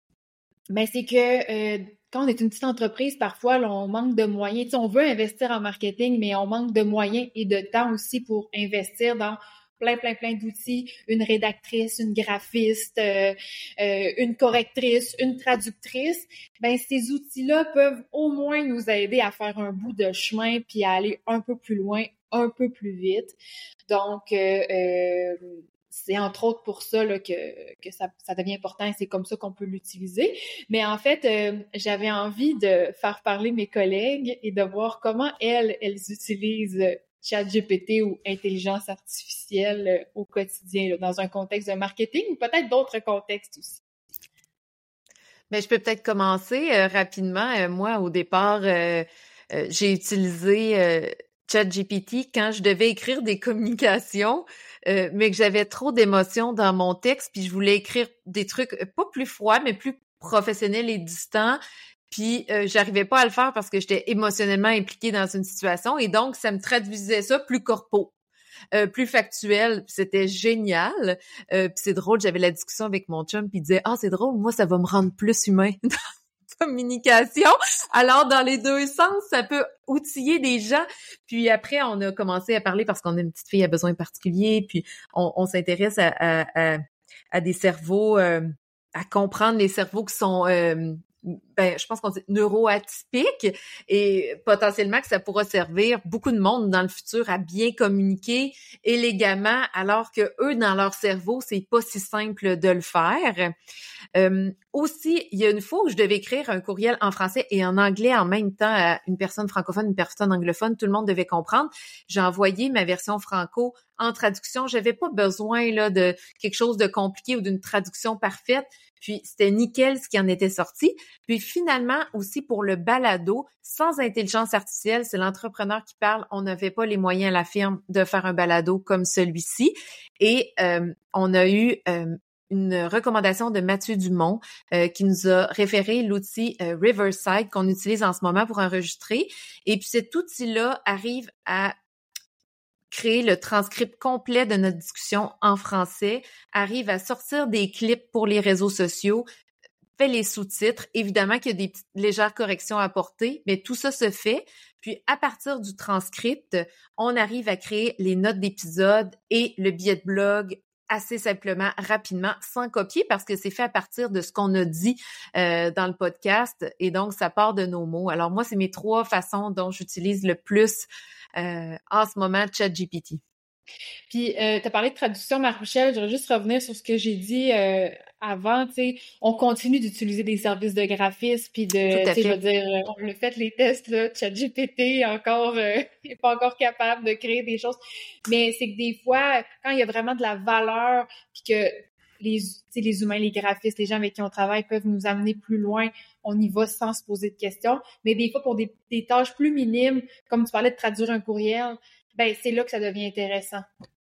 ben c'est que euh, quand on est une petite entreprise, parfois là, on manque de moyens. Tu sais, on veut investir en marketing, mais on manque de moyens et de temps aussi pour investir dans plein, plein, plein d'outils, une rédactrice, une graphiste, euh, euh, une correctrice, une traductrice. Ben ces outils-là peuvent au moins nous aider à faire un bout de chemin puis à aller un peu plus loin, un peu plus vite. Donc, euh, euh, c'est entre autres pour ça là, que, que ça, ça devient important et c'est comme ça qu'on peut l'utiliser. Mais en fait, euh, j'avais envie de faire parler mes collègues et de voir comment elles, elles utilisent ChatGPT ou intelligence artificielle euh, au quotidien, là, dans un contexte de marketing ou peut-être d'autres contextes aussi. Mais je peux peut-être commencer euh, rapidement. Euh, moi, au départ, euh, euh, j'ai utilisé euh, ChatGPT quand je devais écrire des communications, euh, mais que j'avais trop d'émotions dans mon texte, puis je voulais écrire des trucs euh, pas plus froids, mais plus professionnels et distants. Puis euh, j'arrivais pas à le faire parce que j'étais émotionnellement impliquée dans une situation, et donc ça me traduisait ça plus corpo. Euh, plus factuel, puis c'était génial. Euh, puis c'est drôle, j'avais la discussion avec mon chum, puis il disait « Ah, c'est drôle, moi, ça va me rendre plus humain dans la communication. » Alors, dans les deux sens, ça peut outiller des gens. Puis après, on a commencé à parler parce qu'on a une petite fille à besoins particuliers, puis on, on s'intéresse à, à, à, à des cerveaux, euh, à comprendre les cerveaux qui sont... Euh, ben, je pense qu'on dit neuroatypique, et potentiellement que ça pourra servir beaucoup de monde dans le futur à bien communiquer élégamment, alors que eux, dans leur cerveau, c'est pas si simple de le faire. Euh, aussi, il y a une fois où je devais écrire un courriel en français et en anglais en même temps à une personne francophone, une personne anglophone, tout le monde devait comprendre. J'ai envoyé ma version franco en traduction. J'avais pas besoin là de quelque chose de compliqué ou d'une traduction parfaite. Puis c'était nickel ce qui en était sorti. Puis finalement, aussi pour le balado, sans intelligence artificielle, c'est l'entrepreneur qui parle. On n'avait pas les moyens à la firme de faire un balado comme celui-ci. Et euh, on a eu euh, une recommandation de Mathieu Dumont euh, qui nous a référé l'outil euh, Riverside qu'on utilise en ce moment pour enregistrer. Et puis cet outil-là arrive à créer le transcript complet de notre discussion en français, arrive à sortir des clips pour les réseaux sociaux, fait les sous-titres. Évidemment qu'il y a des petites légères corrections à apporter, mais tout ça se fait. Puis, à partir du transcript, on arrive à créer les notes d'épisode et le billet de blog assez simplement, rapidement, sans copier, parce que c'est fait à partir de ce qu'on a dit euh, dans le podcast, et donc ça part de nos mots. Alors moi, c'est mes trois façons dont j'utilise le plus euh, en ce moment ChatGPT. Puis, euh, tu as parlé de traduction, Marie-Michel, je voudrais juste revenir sur ce que j'ai dit euh, avant, tu sais, on continue d'utiliser des services de graphisme, puis de, tu sais, je veux dire, on a fait les tests, là, ChatGPT, encore, euh, il n'est pas encore capable de créer des choses, mais c'est que des fois, quand il y a vraiment de la valeur, puis que les, tu sais, les humains, les graphistes, les gens avec qui on travaille peuvent nous amener plus loin, on y va sans se poser de questions, mais des fois, pour des, des tâches plus minimes, comme tu parlais de traduire un courriel, ben c'est là que ça devient intéressant.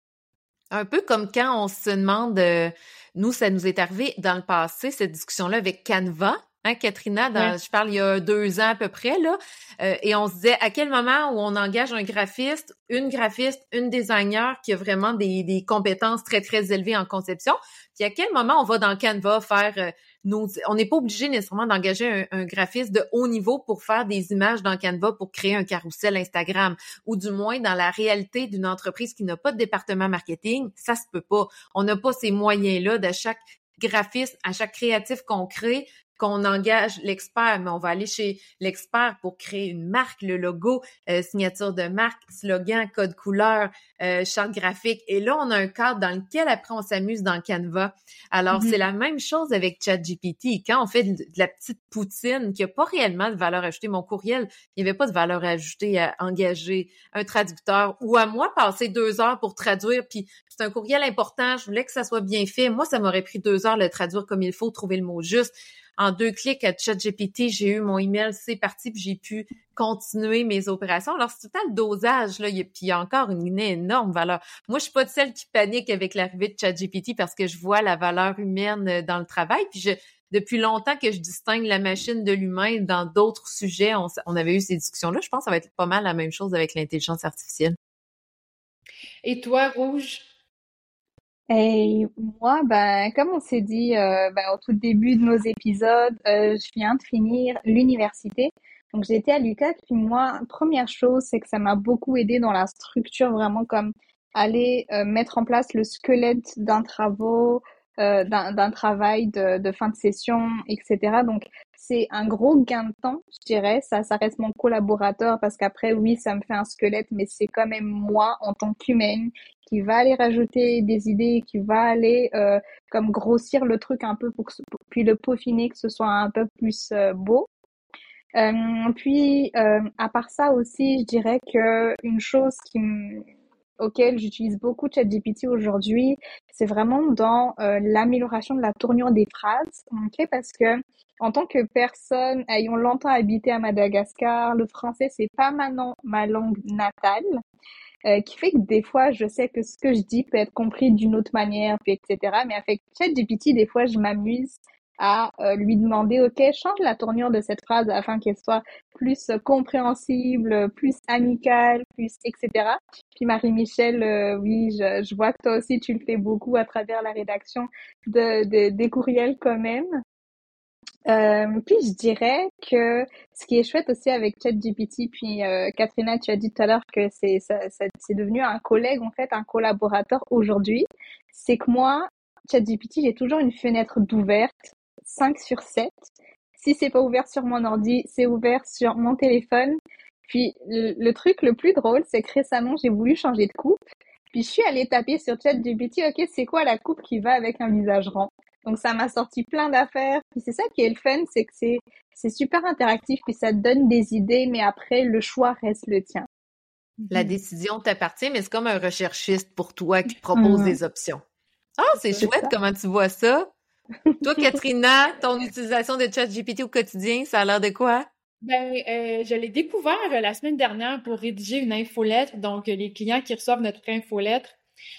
Un peu comme quand on se demande, euh, nous, ça nous est arrivé dans le passé, cette discussion-là avec Canva, hein, Katrina, dans, ouais. Je parle il y a deux ans à peu près, là, euh, et on se disait à quel moment où on engage un graphiste, une graphiste, une designer qui a vraiment des, des compétences très, très élevées en conception, puis à quel moment on va dans Canva faire euh, nos... On n'est pas obligé nécessairement d'engager un, un graphiste de haut niveau pour faire des images dans Canva pour créer un carrousel Instagram, ou du moins dans la réalité d'une entreprise qui n'a pas de département marketing, ça se peut pas. On n'a pas ces moyens-là de chaque graphiste, à chaque créatif qu'on crée, qu'on engage l'expert, mais on va aller chez l'expert pour créer une marque, le logo, euh, signature de marque, slogan, code couleur, euh, charte graphique. Et là, on a un cadre dans lequel après on s'amuse dans Canva. Alors, mm-hmm. c'est la même chose avec ChatGPT. Quand on fait de, de la petite poutine qui n'a pas réellement de valeur ajoutée, mon courriel, il n'y avait pas de valeur ajoutée à engager un traducteur ou à moi passer deux heures pour traduire, puis c'est un courriel important, je voulais que ça soit bien fait. Moi, ça m'aurait pris deux heures le traduire comme il faut, trouver le mot juste. en deux clics à ChatGPT, j'ai eu mon email, c'est parti, puis j'ai pu continuer mes opérations. Alors, c'est tout le temps le dosage, là, il y a, puis il y a encore une énorme valeur. Moi, je suis pas de celle qui panique avec l'arrivée de ChatGPT parce que je vois la valeur humaine dans le travail, puis je depuis longtemps que je distingue la machine de l'humain dans d'autres sujets. On, on avait eu ces discussions-là. Je pense que ça va être pas mal la même chose avec l'intelligence artificielle. Et toi, Rouge? Et moi, ben, comme on s'est dit euh, ben, au tout début de nos épisodes, euh, je viens de finir l'université. Donc, j'ai été à l'U Q A C. Puis moi, première chose, c'est que ça m'a beaucoup aidé dans la structure, vraiment comme aller euh, mettre en place le squelette d'un travail, euh, d'un, d'un travail de, de fin de session, et cetera. Donc, c'est un gros gain de temps, je dirais. Ça, ça reste mon collaborateur parce qu'après, oui, ça me fait un squelette, mais c'est quand même moi, en tant qu'humaine, qui va aller rajouter des idées, qui va aller euh, comme grossir le truc un peu pour, que, pour puis le peaufiner, que ce soit un peu plus euh, beau. Euh, puis, euh, à part ça aussi, je dirais que une chose qui m- auquel j'utilise beaucoup ChatGPT aujourd'hui, c'est vraiment dans euh, l'amélioration de la tournure des phrases, ok? Parce que en tant que personne ayant longtemps habité à Madagascar, le français c'est pas maintenant ma langue natale, euh, qui fait que des fois je sais que ce que je dis peut être compris d'une autre manière, puis et cetera. Mais avec ChatGPT, des fois je m'amuse à euh, lui demander, ok, change la tournure de cette phrase afin qu'elle soit plus euh, compréhensible, plus amicale, plus et cetera. Puis Marie-Michel, euh, oui, je, je vois que toi aussi tu le fais beaucoup à travers la rédaction de, de des courriels quand même. Euh, puis je dirais que ce qui est chouette aussi avec ChatGPT, puis euh, Katrina, tu as dit tout à l'heure que c'est ça, ça- c'est devenu un collègue en fait, un collaborateur aujourd'hui, c'est que moi, ChatGPT, j'ai toujours une fenêtre d'ouverte, cinq sur sept. Si c'est pas ouvert sur mon ordi, c'est ouvert sur mon téléphone. Puis le, le truc le plus drôle, c'est que récemment, j'ai voulu changer de coupe. Puis je suis allée taper sur ChatGPT, ok, c'est quoi la coupe qui va avec un visage rond? Donc ça m'a sorti plein d'affaires. Puis c'est ça qui est le fun, c'est que c'est c'est super interactif, puis ça te donne des idées, mais après le choix reste le tien. La Mhm. décision t'appartient, mais c'est comme un recherchiste pour toi qui te propose Mhm. des options. Ah, c'est C'est ça. chouette, comment tu vois ça? Toi, Katrina, ton utilisation de ChatGPT au quotidien, ça a l'air de quoi? Ben, euh, je l'ai découvert euh, la semaine dernière pour rédiger une infolettre. Donc, euh, les clients qui reçoivent notre infolettre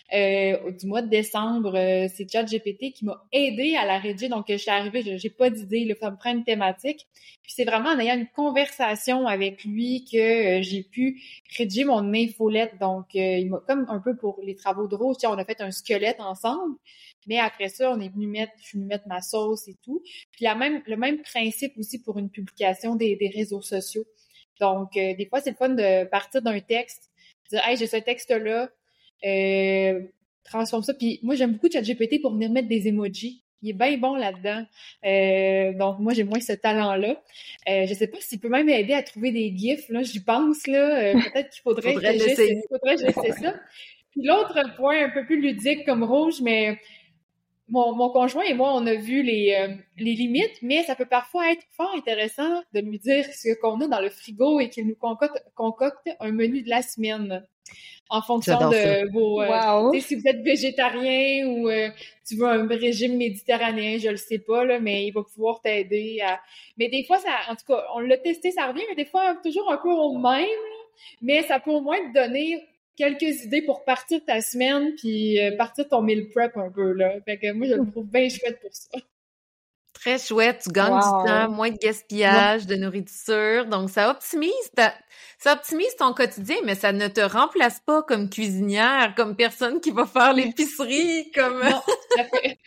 euh, du mois de décembre, euh, c'est ChatGPT qui m'a aidé à la rédiger. Donc, euh, je suis arrivée, je- j'ai pas d'idée, là, ça me prend une thématique. Puis c'est vraiment en ayant une conversation avec lui que euh, j'ai pu rédiger mon infolettre. Donc, euh, il m'a comme un peu pour les travaux de Rose, tu sais, on a fait un squelette ensemble. Mais après ça, on est venu mettre, je suis venue mettre ma sauce et tout. Puis la même, le même principe aussi pour une publication des, des réseaux sociaux. Donc, euh, des fois, c'est le fun de partir d'un texte, dire, hey, j'ai ce texte-là, euh, transforme ça. Puis moi, j'aime beaucoup ChatGPT pour venir mettre des emojis. Il est bien bon là-dedans. Euh, donc, moi, j'ai moins ce talent-là. Euh, je sais pas s'il peut même aider à trouver des gifs. Là, j'y pense, là. Euh, peut-être qu'il faudrait, Faudrait que j'essaie, l'essayer. faudrait que j'essaie ça. Puis l'autre point un peu plus ludique comme Rouge, mais mon, mon conjoint et moi, on a vu les, euh, les limites, mais ça peut parfois être fort intéressant de lui dire ce qu'on a dans le frigo et qu'il nous concocte, concocte un menu de la semaine en fonction J'adore ça. de vos... Euh, Wow. tu sais, si vous êtes végétarien ou euh, tu veux un régime méditerranéen, je le sais pas, là, mais il va pouvoir t'aider à... Mais des fois, ça, en tout cas, on l'a testé, ça revient, mais des fois, toujours un peu au même, là, mais ça peut au moins te donner quelques idées pour partir ta semaine puis euh, partir ton meal prep un peu, là. Fait que moi, je le trouve bien chouette pour ça. Très chouette, tu gagnes du temps, Wow. moins de gaspillage de nourriture, donc ça optimise ta, ça optimise ton quotidien, mais ça ne te remplace pas comme cuisinière, comme personne qui va faire l'épicerie, comme... Non, tout à fait.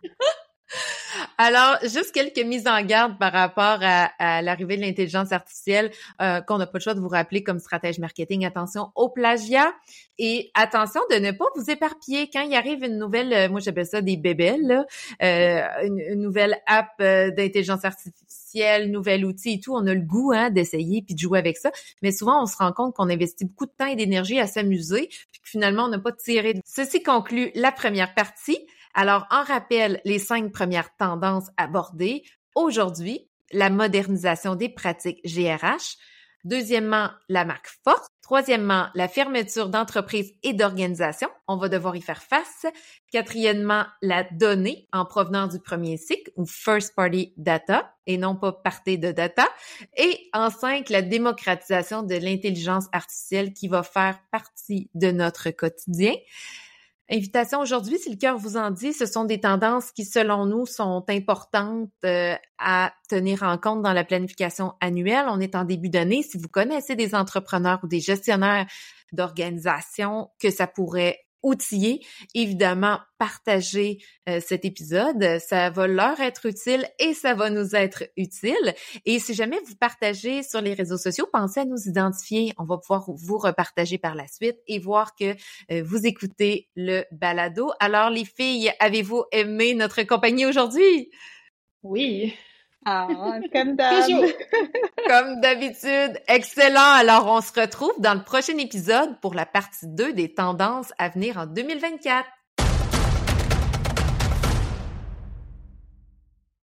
Alors, juste quelques mises en garde par rapport à, à l'arrivée de l'intelligence artificielle euh, qu'on n'a pas le choix de vous rappeler comme stratège marketing. Attention au plagiat et attention de ne pas vous éparpiller. Quand il arrive une nouvelle, euh, moi j'appelle ça des bébelles, là, euh, une, une nouvelle app euh, d'intelligence artificielle, nouvel outil et tout, on a le goût hein, d'essayer puis de jouer avec ça. Mais souvent, on se rend compte qu'on investit beaucoup de temps et d'énergie à s'amuser puis que finalement, on n'a pas tiré. Ceci conclut la première partie. Alors, en rappel, les cinq premières tendances abordées. Aujourd'hui, la modernisation des pratiques G R H. Deuxièmement, la marque forte. Troisièmement, la fermeture d'entreprises et d'organisations. On va devoir y faire face. Quatrièmement, la donnée en provenance du premier cycle ou first party data et non pas party de data. Et en cinq, la démocratisation de l'intelligence artificielle qui va faire partie de notre quotidien. Invitation aujourd'hui, si le cœur vous en dit, ce sont des tendances qui, selon nous, sont importantes euh, à tenir en compte dans la planification annuelle. On est en début d'année. Si vous connaissez des entrepreneurs ou des gestionnaires d'organisations que ça pourrait outiller, évidemment, partagez euh, cet épisode. Ça va leur être utile et ça va nous être utile. Et si jamais vous partagez sur les réseaux sociaux, pensez à nous identifier. On va pouvoir vous repartager par la suite et voir que euh, vous écoutez le balado. Alors, les filles, avez-vous aimé notre compagnie aujourd'hui? Oui. Ah, comme d'hab. Comme d'habitude. Excellent. Alors, on se retrouve dans le prochain épisode pour la partie deux des tendances à venir en deux mille vingt-quatre.